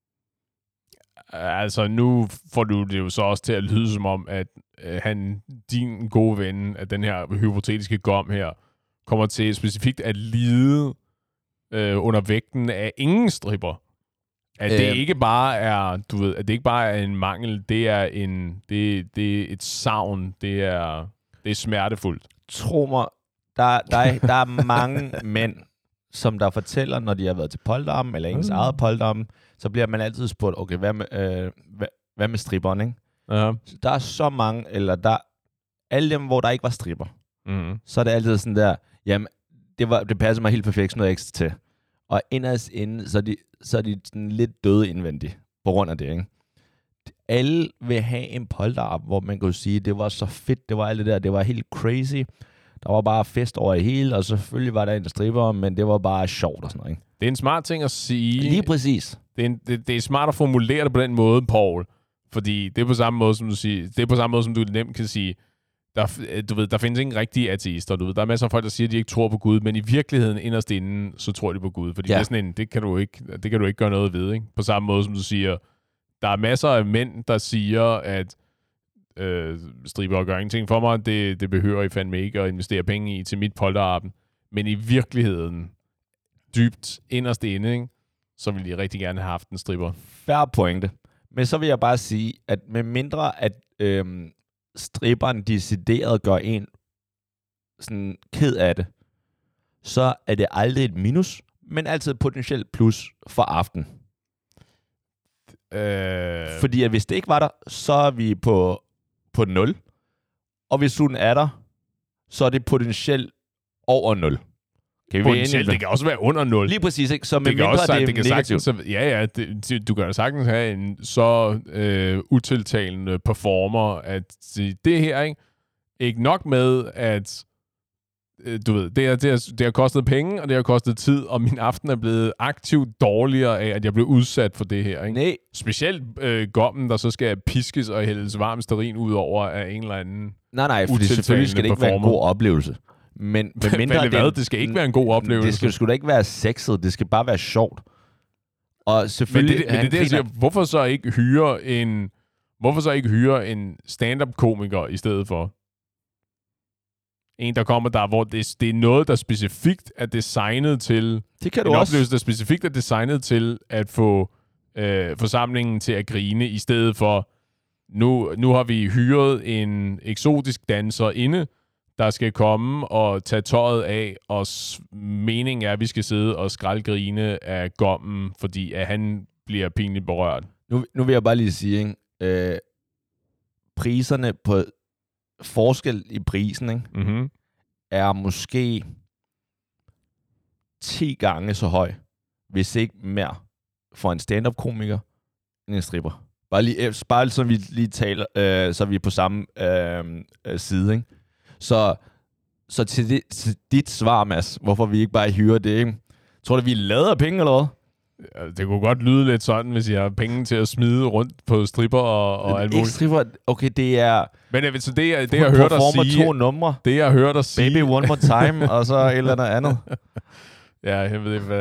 Altså, nu får du det jo så også til at lyde som om, at din gode ven, at den her hypotetiske gom her, kommer til specifikt at lide under vægten af ingen stripper. At det ikke bare er, at det ikke bare er en mangel, det er et savn, det er smertefuldt. Tro mig, der er mange mænd, som der fortæller, når de har været til polterappen, eller ens eget polterappen, så bliver man altid spurgt, okay, hvad med stripperen, ikke? Uh-huh. Der er så mange, eller der alle dem, hvor der ikke var stripper, så er det altid sådan der, jamen, det passer mig helt perfekt, sådan noget ekstra til. Og inderst inde, så er de sådan lidt døde indvendigt, på grund af det, ikke? Alle vil have en polterap, hvor man kan sige, det var så fedt, det var alt det der, det var helt crazy. Der var bare fest over det hele, og selvfølgelig var der en stripper, men det var bare sjovt og sådan noget, ikke? Det er en smart ting at sige. Lige præcis. Det er smart at formulere det på den måde, Paul. Fordi det er på samme måde, som du siger. Det er på samme måde, som du nemt kan sige. Der findes ingen rigtige ateister. Der er masser af folk, der siger, at de ikke tror på Gud, men i virkeligheden inderst inden, så tror de på Gud. Fordi det er sådan det kan du ikke gøre noget ved, ikke? På samme måde, som du siger, der er masser af mænd, der siger, at stripper gør ingenting for mig. Det behøver I fandme ikke at investere penge i til mit polterappen. Men i virkeligheden, dybt inderst inde, ikke? Så ville de rigtig gerne have haft en stripper. Fair pointe. Men så vil jeg bare sige, at med mindre at stripperen decideret gør en sådan ked af det, så er det aldrig et minus, men altid et potentielt plus for aften. Fordi at hvis det ikke var der, så er vi på 0. Og hvis hun er der, så er det potentielt over 0. Potentielt, det kan også være under 0. Lige præcis, ikke? Så med mindre det er negativt. Du kan da sagtens have en så utiltalende performer, at det her, ikke nok med, at det har kostet penge, og det har kostet tid, og min aften er blevet aktivt dårligere af, at jeg blev udsat for det her, ikke? Nej. Specielt gommen, der så skal piskes og hældes varm stearin ud over af en eller anden Nej, fordi selvfølgelig skal det ikke være en god oplevelse. Men mindre det skal ikke være en god oplevelse. Det skal sgu da ikke være sexet, det skal bare være sjovt. Og selvfølgelig... Men det siger, hvorfor så ikke hyre en stand-up-komiker i stedet for? En, der kommer der, hvor det er noget, der specifikt er designet til... Det kan du en også. Oplevelse, der specifikt er designet til at få forsamlingen til at grine, i stedet for, nu har vi hyret en eksotisk danser inde, der skal komme og tage tøjet af, og meningen er, at vi skal sidde og skraldgrine af gommen, fordi at han bliver pinligt berørt. Nu vil jeg bare lige sige, ikke? Priserne på forskel i prisen, ikke? Mm-hmm. Er måske 10 gange så høj, hvis ikke mere, for en stand-up-komiker end en stripper. Bare så vi lige taler, så vi er på samme side, ikke? Så til dit svar, Mads, hvorfor vi ikke bare hyrer det, ikke? Tror du, vi lader penge eller hvad? Det kunne godt lyde lidt sådan, hvis jeg har penge til at smide rundt på stripper og alt muligt. Ikke stripper, okay, det er... Men så det jeg hører dig sige... 2 numre. Det jeg hører dig sige... Baby one more time, og så et eller andet. Ja, jeg ved ikke,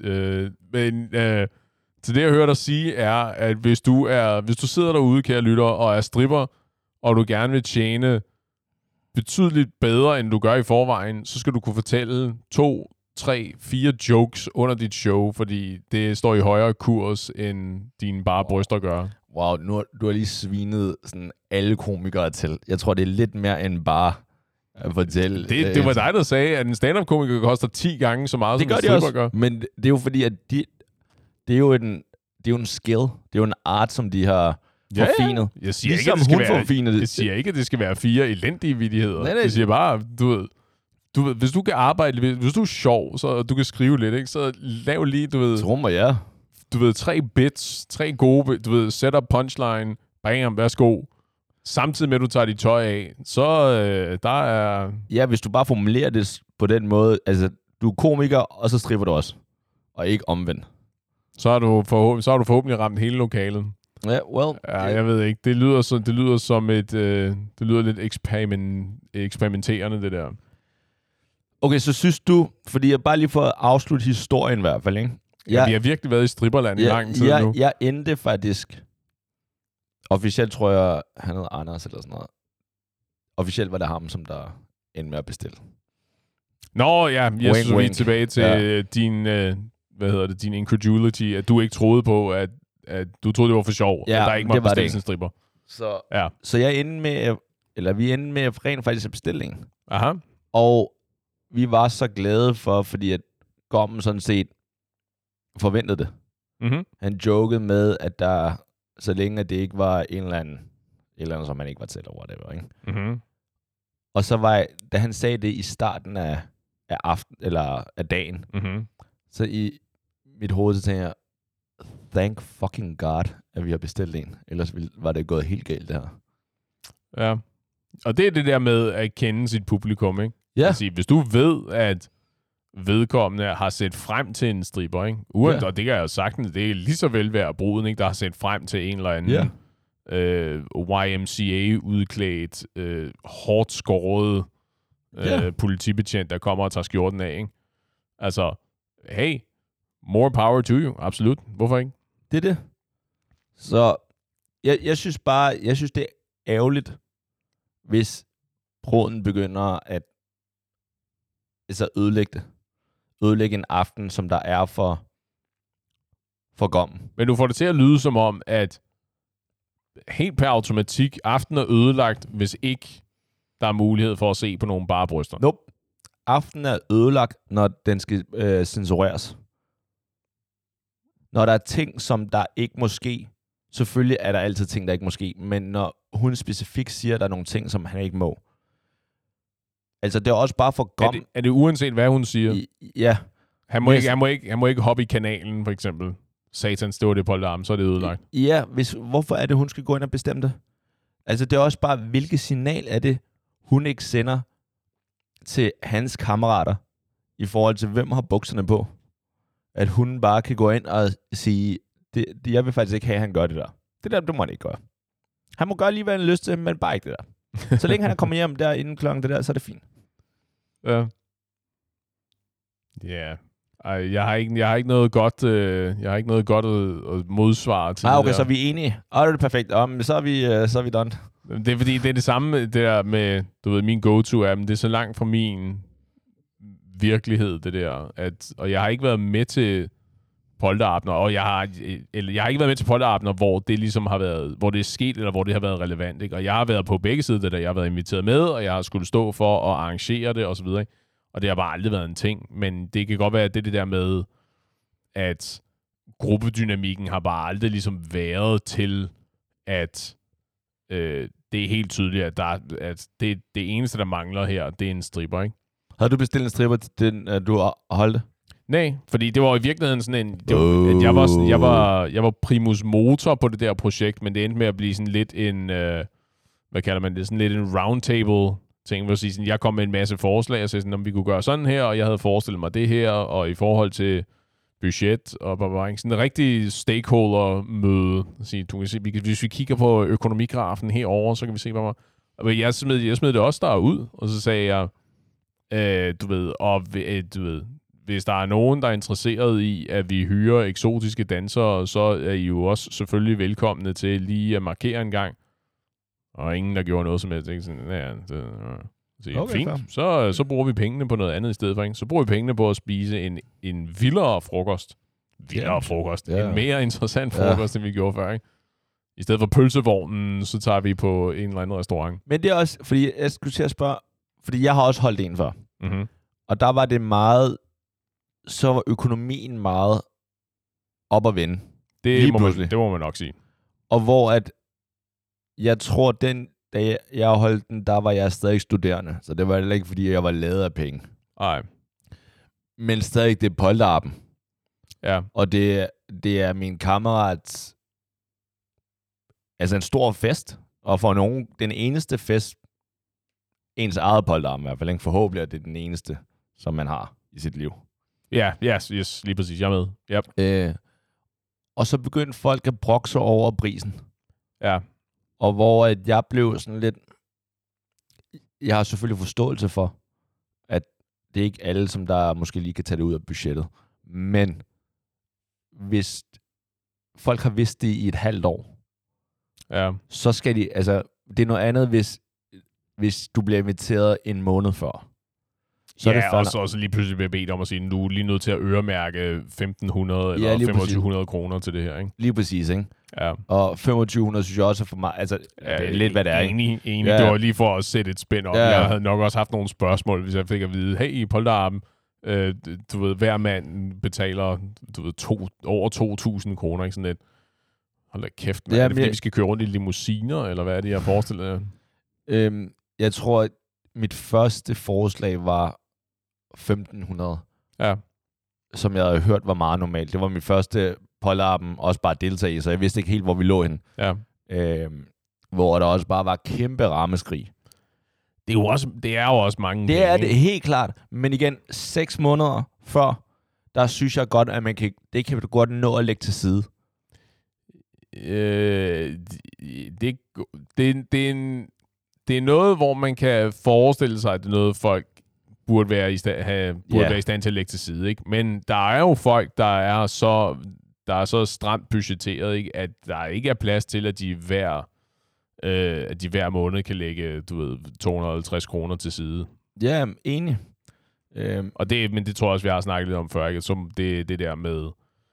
hvad... Så det jeg hører dig sige er, at hvis du sidder derude, kære lytter, og er stripper, og du gerne vil tjene betydeligt bedre, end du gør i forvejen, så skal du kunne fortælle 2, 3, 4 jokes under dit show, fordi det står i højere kurs, end dine bare bryster gør. Wow, du har lige svinet sådan alle komikere til. Jeg tror, det er lidt mere end bare at fortælle. Det var dig, der sagde, at en stand-up-komiker koster 10 gange så meget, som en stripper gør. Men det er jo fordi, at det er jo en skill. Det er jo en art, som de har forfinet. Jeg siger ikke, at det skal være 4 elendige vittigheder. Nej. Jeg siger bare, du ved, hvis du kan arbejde, hvis du er sjov, så du kan skrive lidt, ikke? Så lav lige, du ved... Trummer, ja. Du ved, 3 bits, 3 gode, du ved, setup, punchline, bam, værsgo. Samtidig med, at du tager dit tøj af, så der er... Ja, hvis du bare formulerer det på den måde, altså, du er komiker, og så stripper du også. Og ikke omvendt. Så har du forhåbentlig ramt hele lokalet. Ja, well... Ja, jeg ved ikke. Det lyder som et... det lyder lidt eksperimenterende, det der. Okay, så synes du... Fordi jeg bare lige får afslutte historien i hvert fald, ikke? Ja, vi har virkelig været i stripperland i lang tid nu. Jeg endte faktisk... Officielt tror jeg, han hed Anders eller sådan noget. Officielt var det ham, som der endte med at bestille. Nå ja, jeg synes, vi er tilbage til din incredulity, at du ikke troede på, at du troede, det var for sjov, at der ikke måtte bestille en stripper. Så jeg endte med, eller vi endte med rent faktisk bestillingen. Aha. Og vi var så glade fordi at Gommen sådan set forventede det. Mm-hmm. Han jokede med, at der, så længe at det ikke var en eller anden, som man ikke var til, eller whatever, ikke? Mm-hmm. Og så da han sagde det i starten af aften, eller af dagen, mm-hmm. så i mit hoved, så tænkte jeg, thank fucking God, at vi har bestilt en. Ellers var det gået helt galt, det her. Ja. Og det er det der med at kende sit publikum, ikke? Ja. Altså, hvis du ved, at vedkommende har set frem til en stripper, ikke? Og det kan jeg jo sagtens, det er lige så vel værd bruden, ikke? Der har set frem til en eller anden YMCA-udklædt, hårdt skåret politibetjent, der kommer og tager skjorten af, ikke? Altså, hey, more power to you, absolut. Hvorfor ikke? Det er det. Så jeg synes det er ærgerligt, hvis bruden begynder at ødelægge det. Ødelægge en aften, som der er for Gommen. Men du får det til at lyde som om, at helt per automatik, aftenen er ødelagt, hvis ikke der er mulighed for at se på nogle bare bryster. Nope. Aftenen er ødelagt, når den skal censureres. Når der er ting, som der ikke må ske. Selvfølgelig er der altid ting, der ikke må ske. Men når hun specifikt siger, at der er nogle ting, som han ikke må. Altså, det er også bare for Gommen. Er det uanset, hvad hun siger? Ja. Han må ikke hoppe i kanalen, for eksempel. Satans, det var det på alarm, så er det ødelagt. Ja, hvorfor er det, hun skal gå ind og bestemme det? Altså, det er også bare, hvilket signal er det, hun ikke sender til hans kammerater, i forhold til, hvem har bukserne på? At hun bare kan gå ind og sige, jeg vil faktisk ikke have, at han gør det der. Det må han ikke gøre. Han må gøre lige, hvad han har lyst til, men bare ikke det der. Så længe han er kommet hjem der inden klokken det der, så er det fint. Ja. Ja. Ej, jeg har ikke noget godt, at modsvare til det okay, der. så er vi enige. Det er perfekt. Så er vi done. Det er fordi, det er det samme der med, du ved, min go-to er, men det er så langt fra min virkelighed, det der. Og jeg har ikke været med til polterabender, og jeg har ikke været med til polterabender, hvor det ligesom har været, hvor det er sket, eller hvor det har været relevant, ikke? Og jeg har været på begge sider, der jeg har været inviteret med, og jeg har skulle stå for at arrangere det, og så videre, ikke? Og det har bare aldrig været en ting, men det kan godt være, at det der med, at gruppedynamikken har bare aldrig ligesom været til, at det er helt tydeligt, at det eneste, der mangler her, det er en stripper, ikke? Havde du bestilt en stripper til den, du holdte? Nej, fordi det var i virkeligheden sådan en... Jeg var primus motor på det der projekt, men det endte med at blive sådan lidt en... hvad kalder man det? Sådan lidt en roundtable ting, vil sige sådan, jeg kom med en masse forslag, og sagde sådan, om vi kunne gøre sådan her, og jeg havde forestillet mig det her, og i forhold til budget, og bare sådan en rigtig stakeholder-møde. Du kan se, hvis vi kigger på økonomigrafen herover, så kan vi se, hvad jeg smed det også derud, og så sagde jeg, du ved, hvis der er nogen, der er interesseret i, at vi hyrer eksotiske dansere, så er I jo også selvfølgelig velkomne til lige at markere en gang. Og ingen, der gjorde noget som helst. Okay, fint. Så bruger vi pengene på noget andet i stedet for. Ikke? Så bruger vi pengene på at spise en vildere frokost. Frokost. Ja. En mere interessant frokost, end vi gjorde før. Ikke? I stedet for pølsevognen, så tager vi på en eller anden restaurant. Men det er også, fordi jeg skulle til at spørge, fordi jeg har også holdt en før. Mm-hmm. Og der var det meget, så var økonomien meget op at vende. Det må man nok sige. Og hvor at, jeg tror, da jeg holdt den, der var jeg stadig studerende. Så det var heller ikke, fordi jeg var lavet af penge. Nej. Men stadig, det er polterappen. Ja. Og det er min kammerats, altså en stor fest. Og for nogen, den eneste fest, ens eget polterappen i hvert fald, ikke? Forhåbentlig er det den eneste, som man har i sit liv. Ja, yes, lige præcis. Jeg er med. Yep. Og så begyndte folk at brokse over prisen. Ja. Og hvor at jeg blev sådan lidt... Jeg har selvfølgelig forståelse for, at det er ikke alle, som der måske lige kan tage det ud af budgettet. Men hvis folk har vidst det i et halvt år, så skal de... Altså, det er noget andet, hvis du bliver inviteret en måned før. Så ja, og så lige pludselig bliver bedt om at sige, nu er lige nødt til at øremærke 1.500 eller 2.500 kroner til det her, ikke? Lige præcis, ikke? Ja. Og 2.500 synes jeg også er for meget. Altså, det er lidt, hvad det er, ikke? Enig. Ja. Det var lige for at sætte et spænd op. Ja. Jeg havde nok også haft nogle spørgsmål, hvis jeg fik at vide, hey, i polterappen, du ved, hver mand betaler, du ved, over 2.000 kroner, ikke? Sådan lidt. Hold da kæft, man. Er det fordi, vi skal køre rundt i limousiner, eller hvad er det, jeg forestiller jer? Jeg tror, at mit første forslag var 1.500. Ja. Som jeg havde hørt var meget normalt. Det var min første polterappen, også bare deltage i, så jeg vidste ikke helt, hvor vi lå henne. Ja. Hvor der også bare var kæmpe rammeskrig. Det er jo også mange. Det er det helt klart. Men igen, 6 måneder før, der synes jeg godt, at det kan du godt nå at lægge til side. Det er noget, hvor man kan forestille sig, at det er noget, folk burde være i stand til at lægge til side, ikke? Men der er jo folk, der er så stramt budgetteret, ikke? At der ikke er plads til, at de hver måned kan lægge, du ved, 250 kroner til side. Ja, enig. Men det tror jeg også, vi har snakket lidt om før, ikke? Som det der med,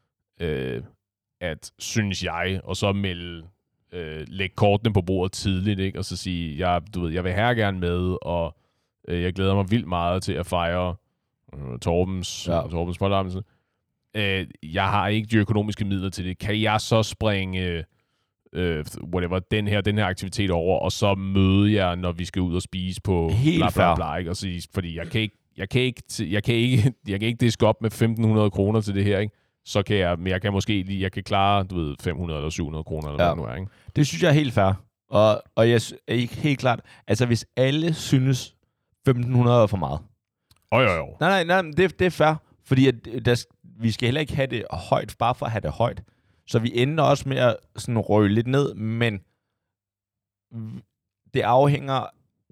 at synes jeg, og så lægge kortene på bordet tidligt, ikke? Og så sige, jeg vil her gerne med, og jeg glæder mig vildt meget til at fejre Torbens polterappen. Jeg har ikke de økonomiske midler til det. Kan jeg så springe den her aktivitet over, og så møde jer, når vi skal ud og spise på bla bla, ikke? Og sige, fordi jeg kan ikke diske op med 1.500 kroner til det her, ikke? Så kan jeg kan måske lige, jeg kan klare, du ved, 500 eller 700 kroner, eller hvad det nu er, ikke? Det synes jeg er helt fair. Og jeg er ikke helt klart, altså hvis alle synes 1.500 er for meget. Jo. Nej, det er fair, fordi vi skal heller ikke have det højt, bare for at have det højt. Så vi ender også med at sådan røge lidt ned, men det afhænger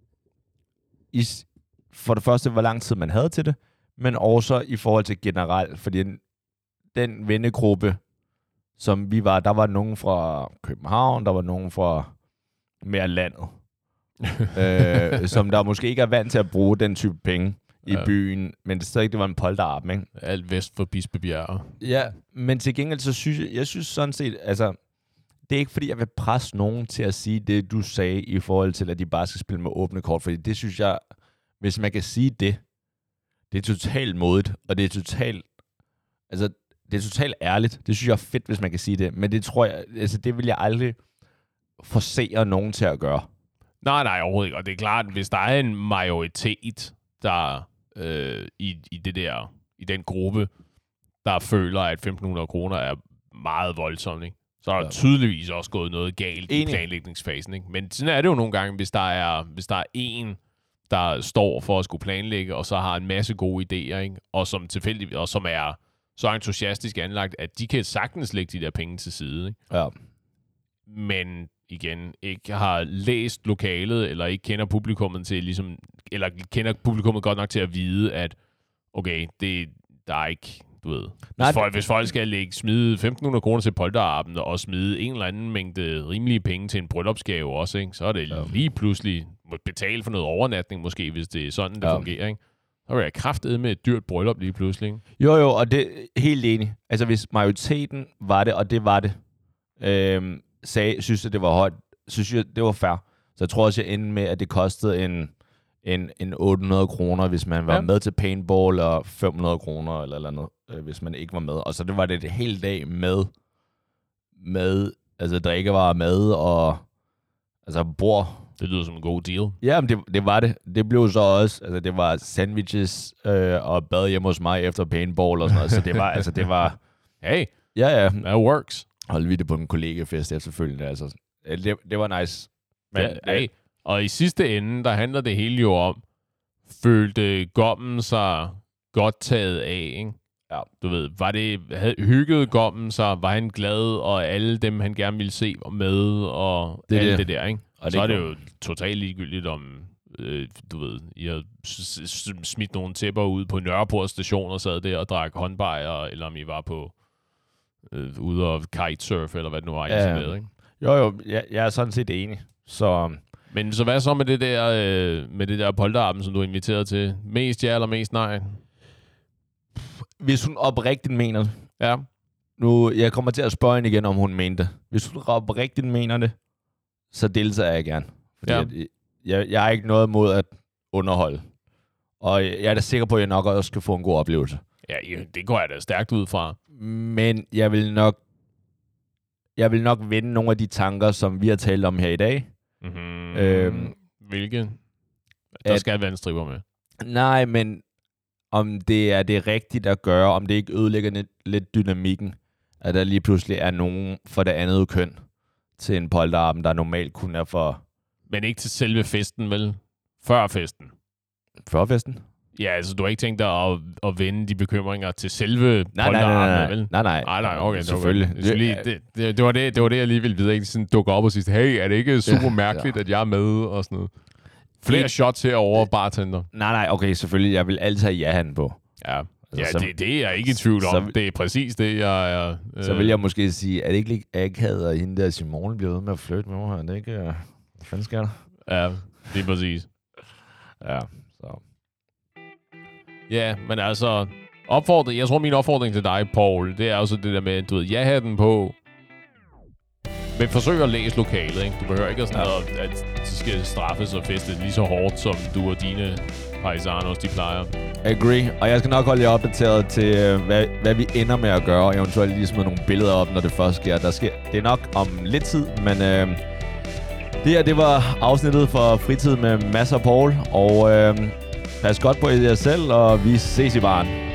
for det første, hvor lang tid man havde til det, men også i forhold til generelt, fordi den vennegruppe, som vi var, der var nogen fra København, der var nogen fra mere landet, som der måske ikke er vant til at bruge den type penge i byen, men det stadig, det var en polterappen, ikke? Alt vest for Bispebjerg. Ja, men til gengæld, så synes jeg sådan set, altså, det er ikke fordi, jeg vil presse nogen til at sige det, du sagde, i forhold til, at de bare skal spille med åbne kort, fordi det synes jeg, hvis man kan sige det er totalt modigt, og det er totalt, altså, det er totalt ærligt. Det synes jeg er fedt, hvis man kan sige det. Men det tror jeg, altså det vil jeg aldrig forsere nogen til at gøre. Nej, overhovedet ikke. Og det er klart, hvis der er en majoritet, der i den gruppe, der føler, at 1.500 kroner er meget voldsomt, ikke? Så er der tydeligvis også gået noget galt i planlægningsfasen, ikke? Men sådan er det jo nogle gange, hvis der er en, der står for at skulle planlægge, og så har en masse gode idéer, ikke? Og som tilfældigvis, og som er så entusiastisk anlagt, at de kan sagtens lægge de der penge til side, ikke? Ja. Men igen, ikke har læst lokalet, eller ikke kender publikummet til ligesom, eller kender publikummet godt nok til at vide, at okay, der er ikke, du ved, hvis folk skal smide 1.500 kroner til polterappen, og smide en eller anden mængde rimelige penge til en bryllupsgave også, ikke? Så er det lige pludselig betale for noget overnatning måske, hvis det er sådan, det fungerer, ikke? Så er jeg kraftedet med et dyrt bryllup lige pludselig, ikke? Jo, og det er helt enig. Altså hvis majoriteten var det, og det var det, synes jeg, det var højt, synes jeg, det var fair. Så jeg tror også, jeg endte med, at det kostede en 800 kroner, hvis man var med til paintball, og 500 kroner eller andet, hvis man ikke var med. Og så det var det et helt dag med altså drikkevarer med, og altså bord. Det lyder som en god deal. Ja, men det var det. Det blev så også, altså det var sandwiches og bad hjemme hos mig efter paintball og sådan noget. Så det var... Hey, ja. That works. Holdt vi det på en kollegefest efterfølgende. Altså, det var nice. Men, og i sidste ende, der handler det hele jo om, følte Gommen sig godt taget af, ikke? Ja. Du ved, hyggede Gommen sig, var han glad, og alle dem, han gerne ville se, var med, og alt det der, ikke? Og så er det jo totalt ligegyldigt, om du ved, I har smidt nogle tæpper ud på Nørreport station og sad der og drak håndbajer, eller om I var på ude og kitesurf, eller hvad det nu var, I med, ikke? Jo, jeg er sådan set enig. Men så hvad så med det der polterappen, som du er inviteret til? Mest ja eller mest nej? Hvis hun oprigtigt mener det. Ja. Nu, jeg kommer til at spørge hende igen, om hun mente det. Hvis hun oprigtigt mener det, så deltager jeg gerne. Fordi jeg er ikke noget mod at underholde. Og jeg er da sikker på, at jeg nok også skal få en god oplevelse. Ja, det går jeg da stærkt ud fra. Men jeg vil nok vende nogle af de tanker, som vi har talt om her i dag. Mm-hmm. Hvilke? Der skal være en stripper med. Nej, men om det er det rigtigt at gøre, om det ikke ødelægger lidt dynamikken, at der lige pludselig er nogen for det andet køn til en polterappen, der normalt kun er for... Men ikke til selve festen, vel? Før festen. Før festen? Ja, altså du har ikke tænkt dig at vende de bekymringer til selve polterappen, vel? Nej, okay. Selvfølgelig. Det var det, jeg lige ville vide. Ikke sådan dukke op og sige, hey, er det ikke super mærkeligt, at jeg er med og sådan noget? Flere shots herovre, bartender. Nej, okay, selvfølgelig. Jeg vil altid have ja-handen på. Ja, altså, det er jeg ikke i tvivl om. Det er præcis det, jeg er... Så vil jeg måske sige, er det ikke akavet, at hende der Simone bliver ved med at flytte med mig? Er det ikke... Hvad fanden sker der? Ja, det er præcis. Ja, så... Ja, men altså... Jeg tror, min opfordring til dig, Paul, det er også det der med, du ved, ja-hatten på... Men forsøg at læse lokalet, ikke? Du behøver ikke at de skal straffes og feste lige så hårdt, som du og dine paisanos, de plejer. Agree. Og jeg skal nok holde jer opdateret til, hvad vi ender med at gøre, og eventuelt lige smide nogle billeder op, når det først sker. Det er nok om lidt tid, men det var afsnittet for Fritid med Mads og Paul, og pas godt på jer selv, og vi ses i baren.